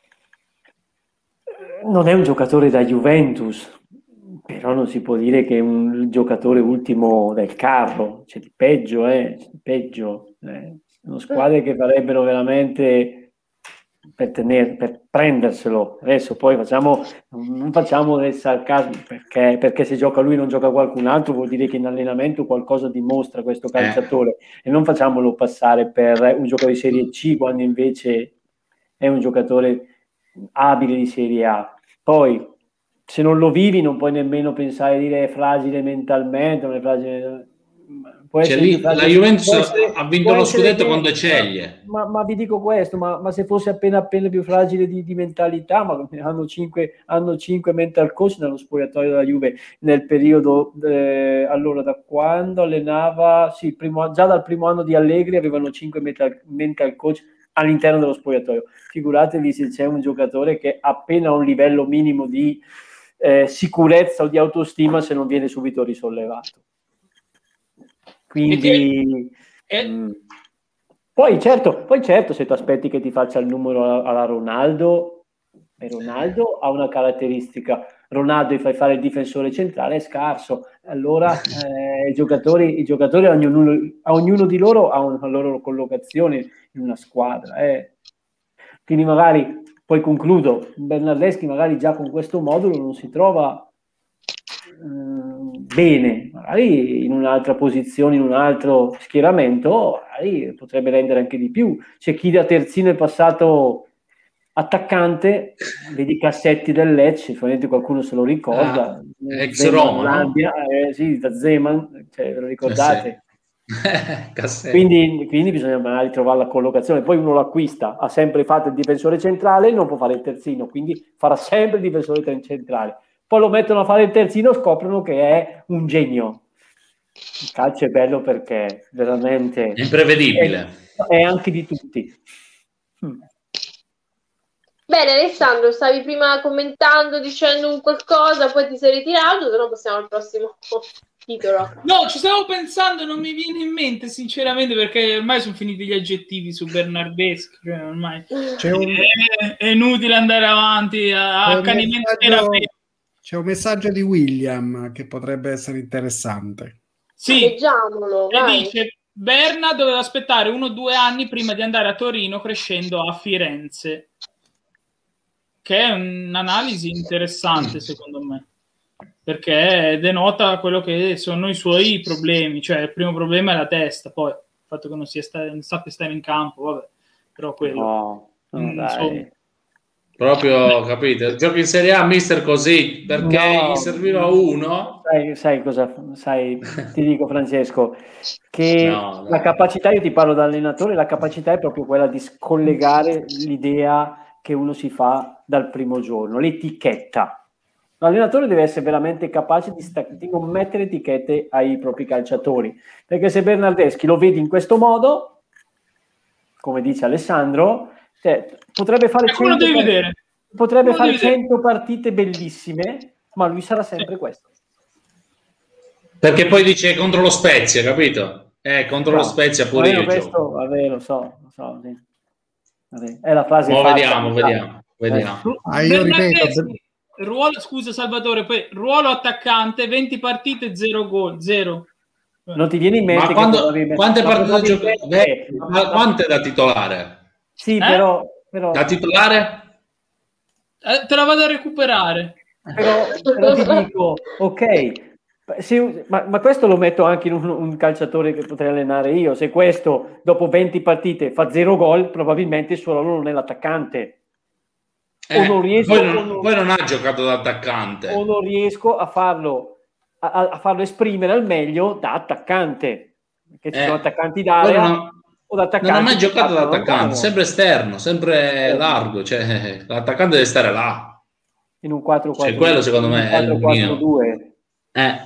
non è un giocatore da Juventus. Però non si può dire che è un giocatore ultimo del carro, c'è di peggio, eh, c'è di peggio. Eh. Sono squadre che farebbero veramente per, tener, per prenderselo. Adesso poi facciamo, non facciamo del sarcasmo, perché, perché se gioca lui e non gioca qualcun altro vuol dire che in allenamento qualcosa dimostra questo calciatore, eh. E non facciamolo passare per un giocatore di Serie C quando invece è un giocatore abile di Serie A. Poi se non lo vivi non puoi nemmeno pensare di dire è fragile mentalmente, non è fragile. Può cioè, lì, fragile. La Juventus essere, ha vinto lo scudetto che, quando sceglie. Ma, ma vi dico questo, ma, ma se fosse appena appena più fragile di, di mentalità, ma hanno cinque, hanno cinque mental coach nello spogliatoio della Juve nel periodo, eh, allora da quando allenava, sì, primo, già dal primo anno di Allegri avevano cinque mental, mental coach all'interno dello spogliatoio. Figuratevi se c'è un giocatore che appena ha un livello minimo di Eh, sicurezza o di autostima se non viene subito risollevato. Quindi eh. mh, poi certo poi certo se tu aspetti che ti faccia il numero alla, alla Ronaldo, e Ronaldo ha una caratteristica, Ronaldo gli fai fare il difensore centrale, è scarso, allora eh, i giocatori i giocatori ognuno, a ognuno di loro ha una loro collocazione in una squadra, eh. Quindi magari poi concludo, Bernardeschi magari già con questo modulo non si trova mh, bene, magari in un'altra posizione, in un altro schieramento, magari potrebbe rendere anche di più. C'è chi da terzino è passato attaccante, vedi Cassetti del Lecce, probabilmente qualcuno se lo ricorda. Ah, ex Roma, no? eh, sì, da Zeman, cioè, ve lo ricordate? quindi, quindi bisogna magari trovare la collocazione. Poi uno l'acquista, ha sempre fatto il difensore centrale, non può fare il terzino, quindi farà sempre il difensore centrale. Poi lo mettono a fare il terzino, scoprono che è un genio. Il calcio è bello perché veramente imprevedibile. è anche di tutti. Mm. Bene, Alessandro, stavi prima commentando, dicendo un qualcosa, poi ti sei ritirato, se no passiamo al prossimo titolo. No, ci stavo pensando, non mi viene in mente sinceramente, perché ormai sono finiti gli aggettivi su Bernardeschi, cioè ormai c'è un... è, è inutile andare avanti a accanimento terapeutico. C'è un messaggio di William che potrebbe essere interessante. Sì, leggiamolo, e vai. dice: Berna doveva aspettare uno o due anni prima di andare a Torino, crescendo a Firenze. Che è un'analisi interessante secondo me, perché denota quello che sono i suoi problemi. Cioè il primo problema è la testa, poi il fatto che non sia sta- non sappia stare in campo, vabbè, però quello no, no, mm, dai. Proprio, capite? Giochi in Serie A, mister, così, perché No, gli serviva uno. Sai, sai cosa? Sai, ti dico, Francesco, che No, la dai. capacità, io ti parlo da allenatore, la capacità è proprio quella di scollegare l'idea che uno si fa dal primo giorno, l'etichetta. L'allenatore deve essere veramente capace di, sta- di non mettere etichette ai propri calciatori, perché se Bernardeschi lo vedi in questo modo, come dice Alessandro, cioè, potrebbe fare, come lo devi cento, vedere? potrebbe Come lo fare devi cento partite bellissime, ma lui sarà sempre Sì. questo. Perché poi dice contro lo Spezia, capito? Eh, contro No, lo Spezia pure vabbè, io questo, gioco. vabbè, lo so, lo so, sì. Vabbè, è la frase Mo' fatta. vediamo, vediamo, vediamo. Ah, io ripeto, Bernardeschi, ruolo, scusa Salvatore, poi ruolo attaccante, venti partite, zero gol, zero. Non ti viene in mente Ma che quando, probabilmente... quante ma partite gioca? probabilmente- Ma quante da titolare? Sì, Eh? però, però, Da titolare? Eh, te la vado a recuperare. però, però ti dico, ok, se- ma, ma questo lo metto anche in un, un calciatore che potrei allenare io. Se questo dopo venti partite fa zero gol, probabilmente il suo ruolo non è l'attaccante. Eh, o non riesco, poi, non, o non, poi non ha giocato da attaccante. o non riesco a farlo, a, a farlo esprimere al meglio da attaccante, perché ci Eh, sono attaccanti poi d'area non ho, o da attaccanti non ho mai che giocato da partono attaccante, lontano, sempre esterno, sempre Eh. largo, cioè l'attaccante deve stare là. in un quattro quattro Cioè, quello secondo me è il mio. due. Eh.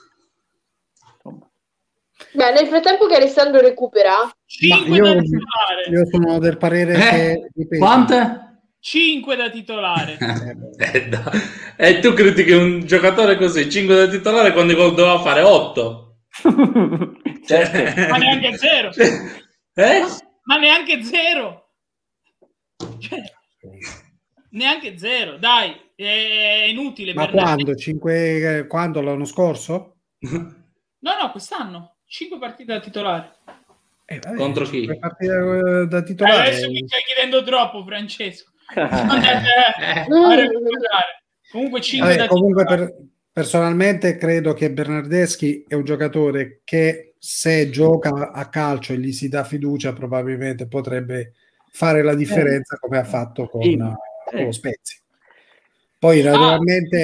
Beh, nel frattempo che Alessandro recupera, cinque io, da titolare. io sono del parere Eh? che ripeto, Quante? cinque da titolare. eh, da- e tu critichi un giocatore così, cinque da titolare quando doveva fare otto? Certo. Ma neanche zero. Eh? Ma neanche zero. Cioè, neanche zero, dai, è inutile. Ma Bernardeschi. quando? Cinque, quando? L'anno scorso? No, no, quest'anno. cinque partite da titolare. Eh, vabbè, Contro chi? cinque partite da titolare. Eh, adesso mi stai chiedendo troppo, Francesco. Eh. A recuperare. Comunque cinque Vabbè, da comunque titolare. per, personalmente credo che Bernardeschi è un giocatore che se gioca a calcio e gli si dà fiducia probabilmente potrebbe fare la differenza come ha fatto con, Sì. con lo Spezia. Poi naturalmente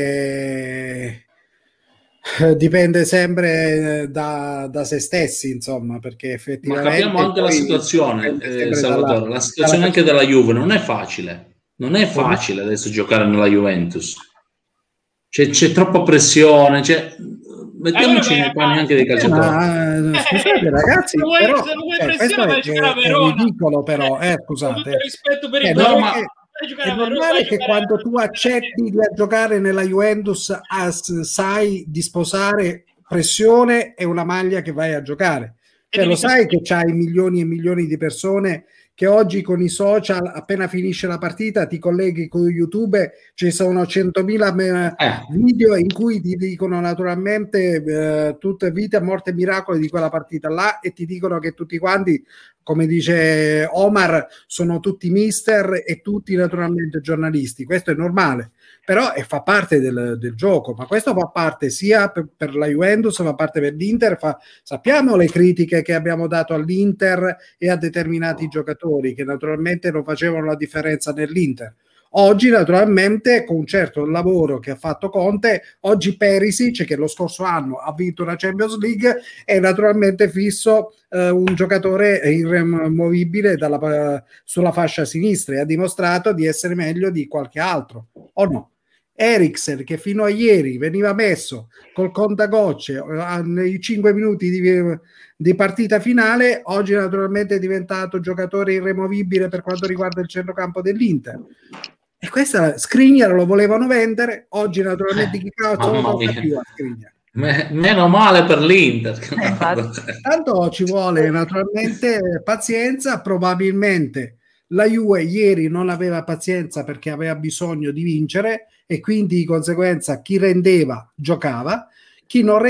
eh, dipende sempre da, da se stessi, insomma, perché effettivamente Ma capiamo anche la situazione, eh, Salvatore, dalla, la situazione anche della Juve non è facile. Non è Come? facile adesso giocare nella Juventus. C'è, c'è troppa pressione, c'è... mettiamoci Allora, nei panni anche dei calciatori. Ma, scusate ragazzi, se vuoi, però, se non vuoi cioè, pressione, vai a giocare a è, è Verona. ridicolo però, eh, Con tutto scusate. il rispetto per Eh, il non è Verona, che- vai a giocare È a Verona, normale vai a che giocare quando a- tu accetti di giocare nella Juventus ah, s- sai di sposare pressione e una maglia che vai a giocare. Cioè, lo sai che c'hai milioni e milioni di persone che oggi con i social, appena finisce la partita, ti colleghi con YouTube, ci sono centomila Eh. video in cui ti dicono naturalmente eh, tutte vita, morte e miracoli di quella partita là e ti dicono che tutti quanti, come dice Omar, sono tutti mister e tutti naturalmente giornalisti. Questo è normale, però è, fa parte del, del gioco, ma questo fa parte sia per, per la Juventus, fa parte per l'Inter, fa, sappiamo le critiche che abbiamo dato all'Inter e a determinati giocatori che naturalmente non facevano la differenza nell'Inter. Oggi naturalmente con un certo lavoro che ha fatto Conte, oggi Perisic, che lo scorso anno ha vinto la Champions League, è naturalmente fisso eh, un giocatore irremovibile dalla, sulla fascia sinistra e ha dimostrato di essere meglio di qualche altro, o no? Eriksen, che fino a ieri veniva messo col contagocce nei cinque minuti di, di partita finale, oggi naturalmente è diventato giocatore irremovibile per quanto riguarda il centrocampo dell'Inter. E questa Skriniar lo volevano vendere, oggi naturalmente chi cazzo lo tocca più a Skriniar. Me- meno male per l'Inter. Eh, tanto ci vuole naturalmente pazienza, probabilmente la Juve ieri non aveva pazienza perché aveva bisogno di vincere e quindi di conseguenza chi rendeva giocava, chi non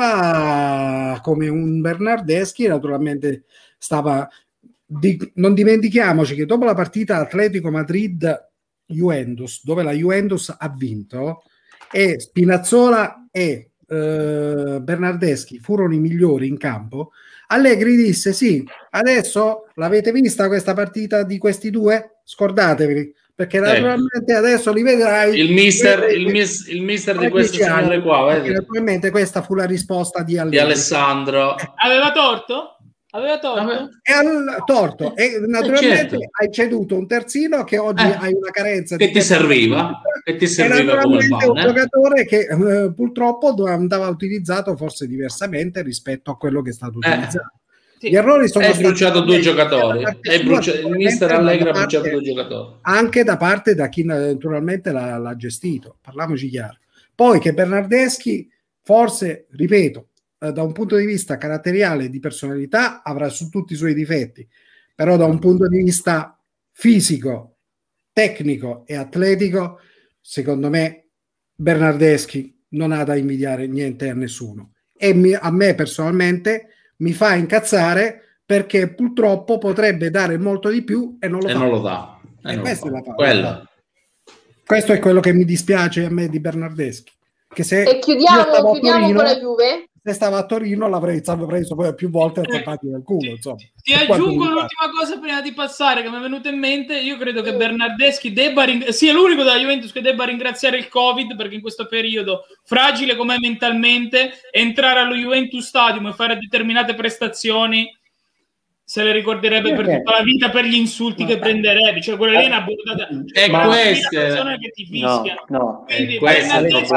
rendeva come un Bernardeschi naturalmente stava di, non dimentichiamoci che dopo la partita Atletico Madrid-Juventus, dove la Juventus ha vinto, e Spinazzola e eh, Bernardeschi furono i migliori in campo, Allegri disse sì, adesso l'avete vista questa partita di questi due? Scordatevi, perché naturalmente eh. adesso li vedrai. Il mister, il mis, il mister di questo signore qua, vedi? Naturalmente questa fu la risposta di Allegri. Di Alessandro. Aveva torto? Aveva torto? E al torto e naturalmente certo. hai ceduto un terzino che oggi eh, hai una carenza che di ti serviva che ti serviva e come il un giocatore che eh, purtroppo andava utilizzato forse diversamente rispetto a quello che è stato utilizzato. Eh, sì. Gli errori sono hai stati bruciato due giocatori, hai bruciato, il mister Allegri ha bruciato due giocatori anche da parte da chi naturalmente l'ha, l'ha gestito, parliamoci chiaro. Poi che Bernardeschi forse, ripeto, da un punto di vista caratteriale e di personalità avrà su tutti i suoi difetti, però da un punto di vista fisico, tecnico e atletico, secondo me Bernardeschi non ha da invidiare niente a nessuno e mi, a me personalmente mi fa incazzare perché purtroppo potrebbe dare molto di più e non lo e fa. Non lo dà. E e questa non è la Quello. Questo è quello che mi dispiace a me di Bernardeschi. Che se e chiudiamo, chiudiamo Torino, con la Juve. Se stava a Torino l'avrei preso poi più volte al compagno del culo. Insomma. Ti aggiungo l'ultima cosa prima di passare che mi è venuta in mente. Io credo che Bernardeschi debba ring- sia l'unico della Juventus che debba ringraziare il Covid, perché in questo periodo fragile com'è mentalmente, entrare allo Juventus Stadium e fare determinate prestazioni se le ricorderebbe per tutta la vita per gli insulti che prenderebbe, cioè quella lì è una buttata, cioè, ma queste persone che ti fischiano. No, no. Quindi Alessandro,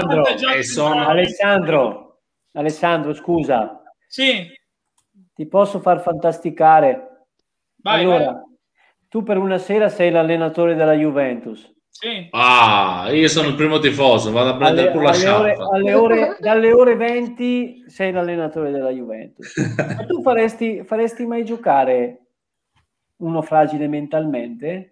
Alessandro, Alessandro, scusa. Sì. Ti posso far fantasticare? Vai, allora, vai. Tu per una sera sei l'allenatore della Juventus. Sì. Ah, io sono il primo tifoso, vado a prendere pure la sciarpa. Alle ore, dalle ore venti sei l'allenatore della Juventus. Ma tu faresti, faresti mai giocare uno fragile mentalmente?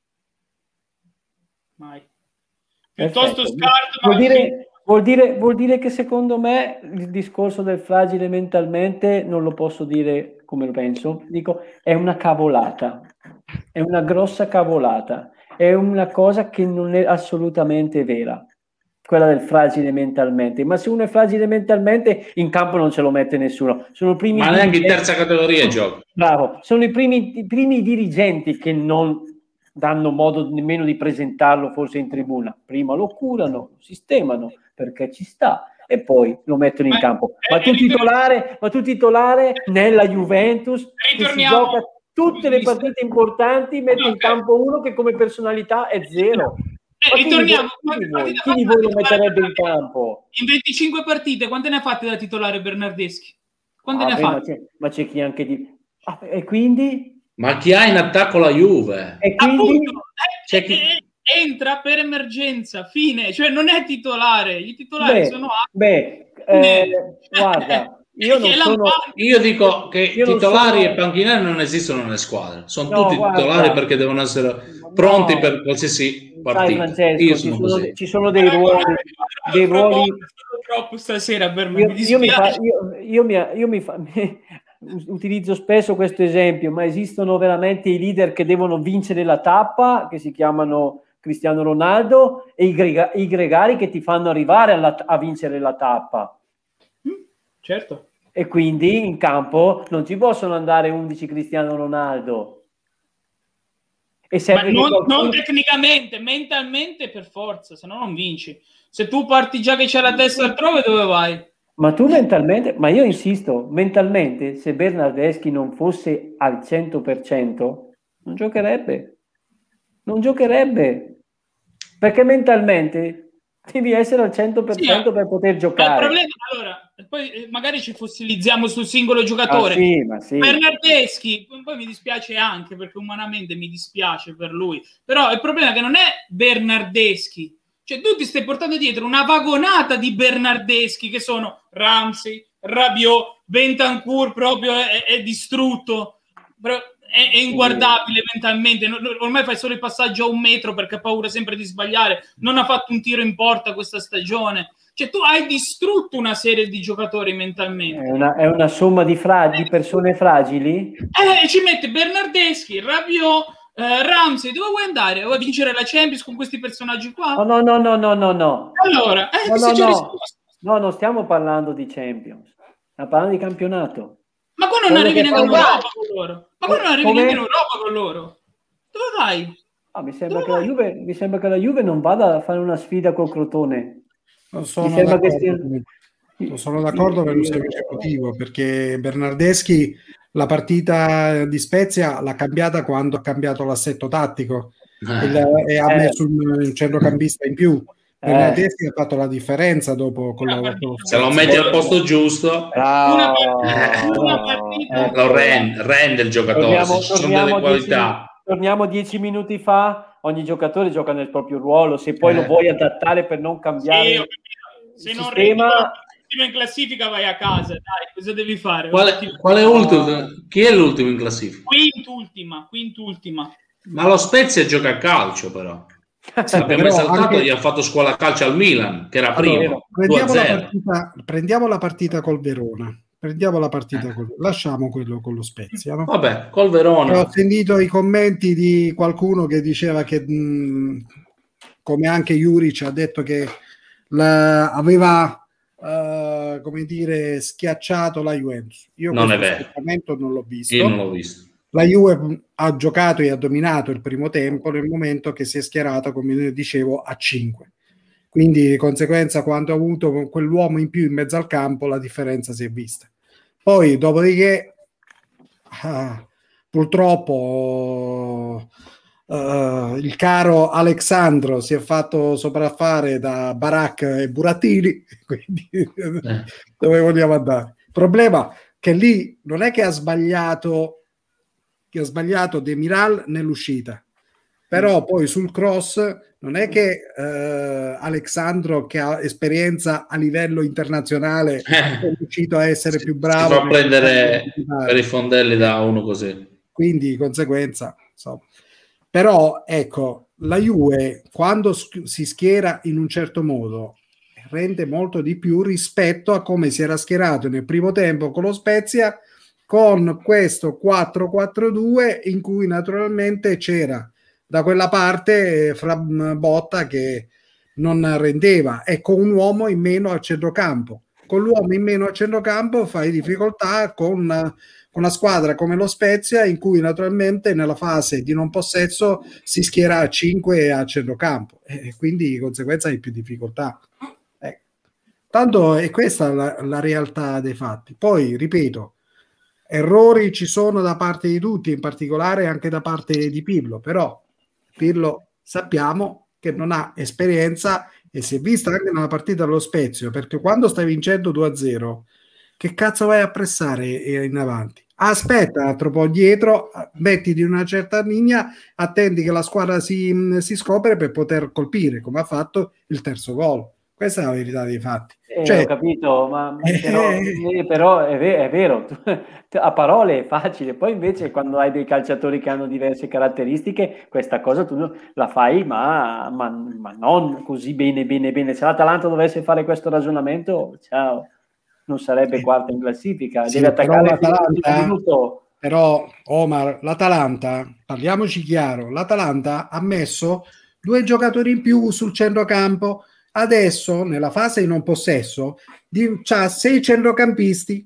Mai. Piuttosto Perfetto. scarto. Vuol dire, vuol, dire, vuol dire che secondo me il discorso del fragile mentalmente non lo posso dire come lo penso. Dico, è una cavolata. È una grossa cavolata. È una cosa che non è assolutamente vera, quella del fragile mentalmente. Ma se uno è fragile mentalmente, in campo non ce lo mette nessuno. Sono i primi Ma neanche in terza categoria gioca. Bravo, sono i primi, i primi dirigenti che non danno modo nemmeno di presentarlo forse in tribuna. Prima lo curano, lo sistemano perché ci sta e poi lo mettono in ma, campo. Ma tu titolare, ma tu titolare nella Juventus che si gioca tutte le partite importanti, metti in campo uno che come personalità è zero. Eh, ritorniamo. Chi di voi, chi di voi lo metterebbe in campo? In venticinque partite, quante ne ha fatte da titolare Bernardeschi? Quante ah, ne ha beh, fatte? Ma c'è, ma c'è chi anche di... Ah, e quindi? Ma chi ha in attacco la Juve? E quindi? Appunto, eh, c'è chi... eh, entra per emergenza, fine. Cioè non è titolare. I titolari beh, sono... Beh, eh, guarda... Io, non sono... Io dico che io titolari sono... e panchinari non esistono nelle squadre, sono no, tutti guarda, titolari perché devono essere pronti no, per qualsiasi partita. Sai, Francesco, ci sono, ci sono dei ruoli, dei ruoli... troppo stasera per me. Io, mi io, mi, fa, io, io, mi, io mi, fa, mi utilizzo spesso questo esempio, ma esistono veramente i leader che devono vincere la tappa, che si chiamano Cristiano Ronaldo, e i, grega, i gregari che ti fanno arrivare alla, a vincere la tappa. Certo. E quindi in campo non ci possono andare undici Cristiano Ronaldo. E serve Ma non, qualcuno... non tecnicamente, mentalmente per forza, se no non vinci. Se tu parti già che c'è la testa altrove, dove vai? Ma tu mentalmente, ma io insisto, mentalmente, se Bernardeschi non fosse al cento per cento, non giocherebbe. Non giocherebbe. Perché mentalmente devi essere al cento per cento sì, per poter giocare. Il problema, allora, poi magari ci fossilizziamo sul singolo giocatore. Ah, sì, ma sì. Bernardeschi, poi mi dispiace anche perché umanamente mi dispiace per lui, però il problema è che non è Bernardeschi, cioè tu ti stai portando dietro una vagonata di Bernardeschi che sono Ramsey, Rabiot, Bentancur proprio è, è distrutto, è, è inguardabile mentalmente, ormai fai solo il passaggio a un metro perché ha paura sempre di sbagliare, non ha fatto un tiro in porta questa stagione, cioè tu hai distrutto una serie di giocatori mentalmente. È una, è una somma di, fra- di persone fragili? Eh, ci mette Bernardeschi, Rabiot, eh, Ramsey, dove vuoi andare? Vuoi vincere la Champions con questi personaggi qua? Oh, no, no, no, no, no, no. Allora, eh, no, se no, c'è no. risposta. No, non stiamo parlando di Champions, stiamo parlando di campionato. Ma qua non arrivi neanche in Europa con loro. Ma qua non arrivi neanche in Europa con loro. Dove vai? Ah, mi, sembra che la Juve, mi sembra che la Juve non vada a fare una sfida col Crotone. Non sono d'accordo, stia... non sono d'accordo per un semplice motivo, perché Bernardeschi la partita di Spezia l'ha cambiata quando ha cambiato l'assetto tattico eh. e ha messo un centrocampista in più. Bernardeschi eh. ha fatto la differenza dopo con la, con se lo metti al posto giusto una partita, una partita. Eh, lo rende, rende il giocatore. Torniamo, se ci sono delle qualità dieci, torniamo dieci minuti fa, ogni giocatore gioca nel proprio ruolo, se poi eh. lo vuoi adattare per non cambiare sì, se non sistema in classifica vai a casa, dai, cosa devi fare? Qual è, qual è ultimo? Chi è l'ultimo in classifica? Quintultima, quintultima. Ma lo Spezia gioca a calcio però. Sì, abbiamo esaltato anche... gli ha fatto scuola calcio al Milan che era allora, primo prendiamo la, partita, prendiamo la partita col Verona prendiamo la partita eh. col, lasciamo quello con lo Spezia, no? Vabbè, col Verona ho sentito i commenti di qualcuno che diceva che mh, come anche Juric ha detto che la, aveva uh, come dire schiacciato la Juventus. Io non questo è vero, non l'ho visto. Io non l'ho visto. La Juve ha giocato e ha dominato il primo tempo nel momento che si è schierata, come dicevo, a cinque. Quindi di conseguenza quando ha avuto quell'uomo in più in mezzo al campo la differenza si è vista. Poi dopodiché ah, purtroppo uh, il caro Alexandro si è fatto sopraffare da Barak e Burattini, quindi eh. dove vogliamo andare? Il problema è che lì non è che ha sbagliato che ha sbagliato Demiral nell'uscita, però poi sul cross non è che eh, Alexandro, che ha esperienza a livello internazionale, eh, è riuscito a essere si, più bravo si fa prendere per i fondelli da uno così, quindi di conseguenza insomma. Però ecco, la Juve quando si schiera in un certo modo rende molto di più rispetto a come si era schierato nel primo tempo con lo Spezia, con questo quattro quattro due in cui naturalmente c'era da quella parte fra Botta che non rendeva e con un uomo in meno al centrocampo. Con l'uomo in meno al centrocampo fai difficoltà con una, con una squadra come lo Spezia in cui naturalmente nella fase di non possesso si schiera a cinque a centrocampo e quindi di conseguenza hai più difficoltà. Eh. Tanto è questa la, la realtà dei fatti. Poi, ripeto, errori ci sono da parte di tutti, in particolare anche da parte di Pirlo, però Pirlo sappiamo che non ha esperienza e si è vista anche nella partita dello Spezia, perché quando stai vincendo due a zero che cazzo vai a pressare in avanti? Aspetta un altro po' dietro, mettiti in una certa linea, attendi che la squadra si, si scopre per poter colpire, come ha fatto il terzo gol. Questa è la verità dei fatti. Eh, cioè, ho capito, ma però, eh, però è, ver- è vero, a parole è facile, poi invece quando hai dei calciatori che hanno diverse caratteristiche, questa cosa tu la fai, ma, ma, ma non così bene, bene, bene. Se l'Atalanta dovesse fare questo ragionamento, ciao, non sarebbe quarta in classifica, sì, deve attaccare però l'Atalanta, minuto. Però, Omar, l'Atalanta, parliamoci chiaro, l'Atalanta ha messo due giocatori in più sul centrocampo. Adesso, nella fase di non possesso, c'ha sei centrocampisti.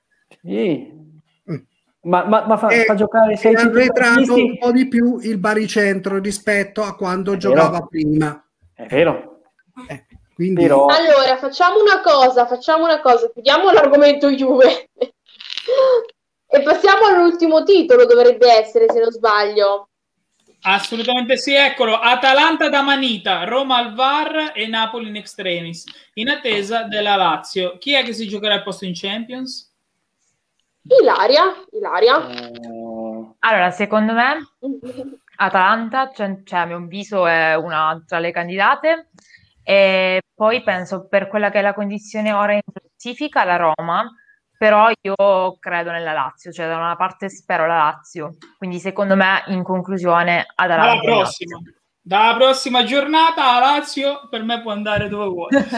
Sì. Mm. Ma, ma, ma fa, e, fa giocare sei centrocampisti un po' di più il baricentro rispetto a quando è giocava vero. prima. È vero. Eh, quindi... Però... Allora, facciamo una cosa, facciamo una cosa, chiudiamo l'argomento Juve e passiamo all'ultimo titolo, dovrebbe essere, se non sbaglio. Assolutamente sì, eccolo, Atalanta da Manita, Roma al V A R e Napoli in extremis, in attesa della Lazio. Chi è che si giocherà il posto in Champions? Ilaria, Ilaria. Uh... Allora, secondo me Atalanta, cioè, cioè a mio avviso è una tra le candidate, e poi penso per quella che è la condizione ora in classifica la Roma, però io credo nella Lazio, cioè da una parte spero la Lazio, quindi secondo me in conclusione Atalanta. Dalla prossima, dalla prossima giornata la Lazio per me può andare dove vuole.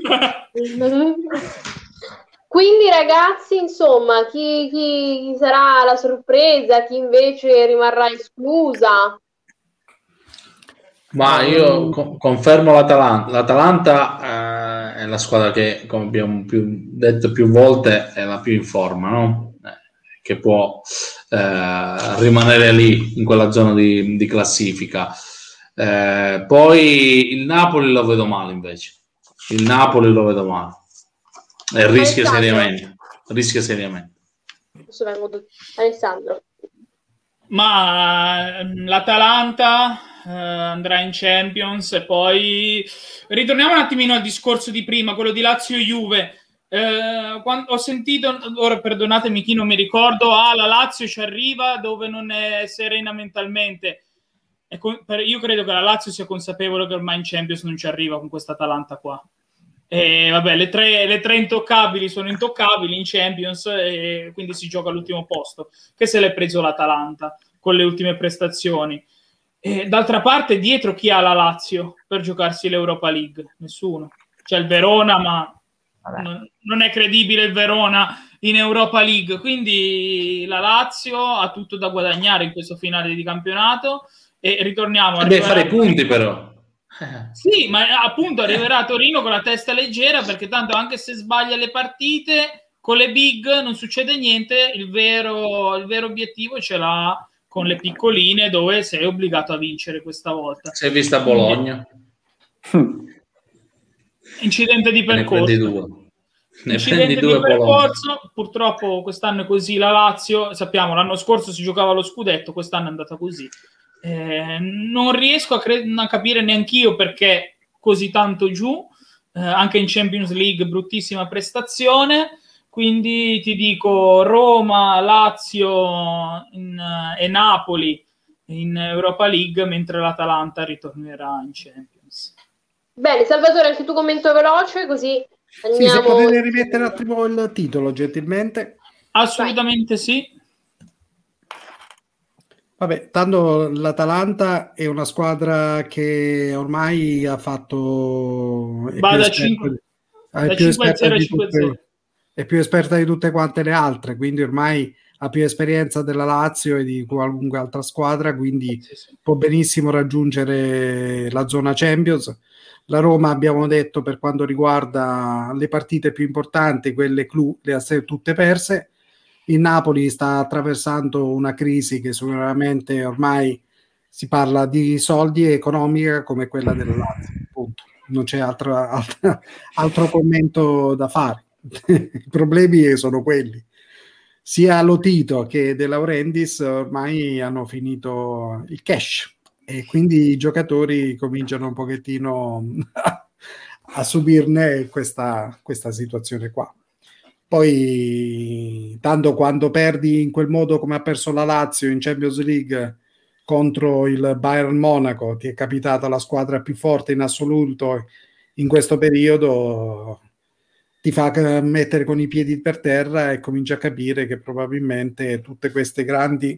Quindi ragazzi, insomma, chi, chi sarà la sorpresa, chi invece rimarrà esclusa? Ma io co- confermo l'Atalanta. L'Atalanta eh, è la squadra che, come abbiamo più detto più volte, è la più in forma, no? Eh, che può eh, rimanere lì in quella zona di, di classifica. Eh, poi il Napoli lo vedo male invece. Il Napoli lo vedo male. E rischia seriamente. Rischia seriamente. Alessandro. Ma l'Atalanta eh, andrà in Champions e poi ritorniamo un attimino al discorso di prima, quello di Lazio-Juve. Eh, quando ho sentito, ora perdonatemi chi non mi ricordo, ah la Lazio ci arriva dove non è serena mentalmente. E con, per, io credo che la Lazio sia consapevole che ormai in Champions non ci arriva con questa Atalanta qua. E vabbè, le tre, le tre intoccabili sono intoccabili in Champions e quindi si gioca all'ultimo posto, che se l'è preso l'Atalanta con le ultime prestazioni. E d'altra parte dietro chi ha la Lazio per giocarsi l'Europa League? Nessuno. C'è il Verona, ma non, non è credibile il Verona in Europa League, quindi la Lazio ha tutto da guadagnare in questo finale di campionato e ritorniamo a deve fare i punti però. Sì, ma appunto arriverà a Torino con la testa leggera, perché tanto anche se sbaglia le partite con le big non succede niente, il vero, il vero obiettivo ce l'ha con le piccoline, dove sei obbligato a vincere questa volta. Si è vista a Bologna. Incidente di percorso. Ne prendi due. Ne Incidente prendi due di percorso, purtroppo quest'anno è così la Lazio, sappiamo l'anno scorso si giocava lo scudetto, quest'anno è andata così. Eh, non riesco a, cre- a capire neanch'io perché così tanto giù, eh, anche in Champions League bruttissima prestazione, quindi ti dico Roma, Lazio in, uh, e Napoli in Europa League, mentre l'Atalanta ritornerà in Champions. Bene, Salvatore, anche tu commento veloce così andiamo... Sì, se potete rimettere un attimo il titolo gentilmente. Assolutamente Vai. Sì. Vabbè, tanto l'Atalanta è una squadra che ormai ha fatto è Va più da esperta, cinque, è, da più cinque a zero, di cinque a zero. tutte, è più esperta di tutte quante le altre, quindi ormai ha più esperienza della Lazio e di qualunque altra squadra, quindi sì, sì. può benissimo raggiungere la zona Champions. La Roma, abbiamo detto, per quanto riguarda le partite più importanti, quelle clou le ha tutte perse. Il Napoli sta attraversando una crisi che sicuramente ormai si parla di soldi e economica come quella della Lazio, punto. Non c'è altro, altro, altro commento da fare. I problemi sono quelli. Sia Lotito che De Laurentiis ormai hanno finito il cash e quindi i giocatori cominciano un pochettino a subirne questa, questa situazione qua. Poi tanto quando perdi in quel modo come ha perso la Lazio in Champions League contro il Bayern Monaco, ti è capitata la squadra più forte in assoluto in questo periodo, ti fa mettere con i piedi per terra e cominci a capire che probabilmente tutte queste grandi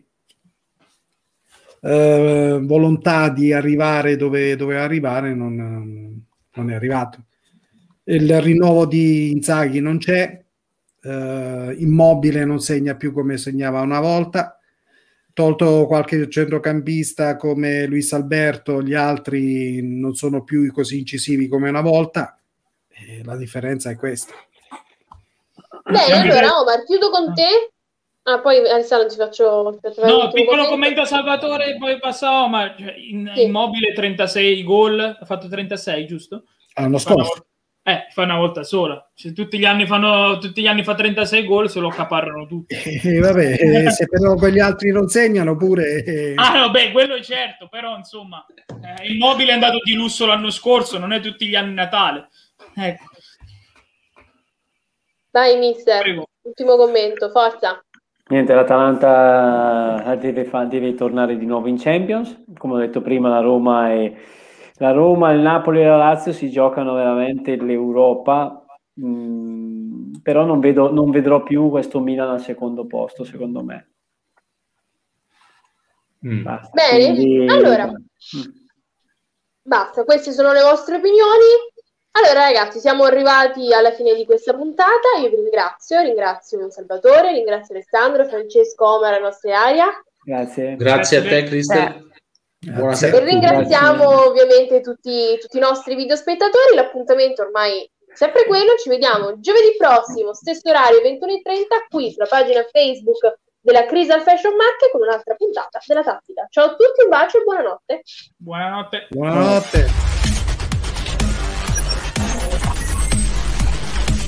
eh, volontà di arrivare dove doveva arrivare non, non è arrivato. Il rinnovo di Inzaghi non c'è, Uh, Immobile non segna più come segnava una volta, tolto qualche centrocampista come Luis Alberto, gli altri non sono più così incisivi come una volta e la differenza è questa. Bene, allora Omar, chiudo con te. Ah, poi Alessandro ti faccio, ti faccio no, piccolo commento. commento a Salvatore e poi passa Omar. In, sì. Immobile trentasei gol, ha fatto trentasei, giusto? L'anno scorso. Eh, fa una volta sola. Se tutti gli anni fanno tutti gli anni fa trentasei gol, se lo accaparrano tutti. Eh, vabbè, eh, se però quegli altri non segnano pure. Eh. Ah, no, beh, quello è certo, però insomma, eh, Immobile è andato di lusso l'anno scorso, non è tutti gli anni Natale. Ecco. Vai, mister. Prego. Ultimo commento, forza. Niente, l'Atalanta deve, fa, deve tornare di nuovo in Champions. Come ho detto prima, la Roma e la Roma, il Napoli e la Lazio si giocano veramente l'Europa, mh, però non, vedo, non vedrò più questo Milan al secondo posto, secondo me. Mm. Basta, bene, quindi... allora mm. basta, queste sono le vostre opinioni. Allora ragazzi, siamo arrivati alla fine di questa puntata. Io vi ringrazio, ringrazio Salvatore, ringrazio Alessandro, Francesco, Omar, la nostra Aria. Grazie. Grazie a te, Cristel. Buonasera. E ringraziamo Grazie. ovviamente tutti, tutti i nostri videospettatori. L'appuntamento ormai è sempre quello. Ci vediamo giovedì prossimo, stesso orario, ventuno e trenta, qui sulla pagina Facebook della Crystal Fashion Market con un'altra puntata della Tattica. Ciao a tutti, un bacio e buonanotte. Buonanotte. Buonanotte.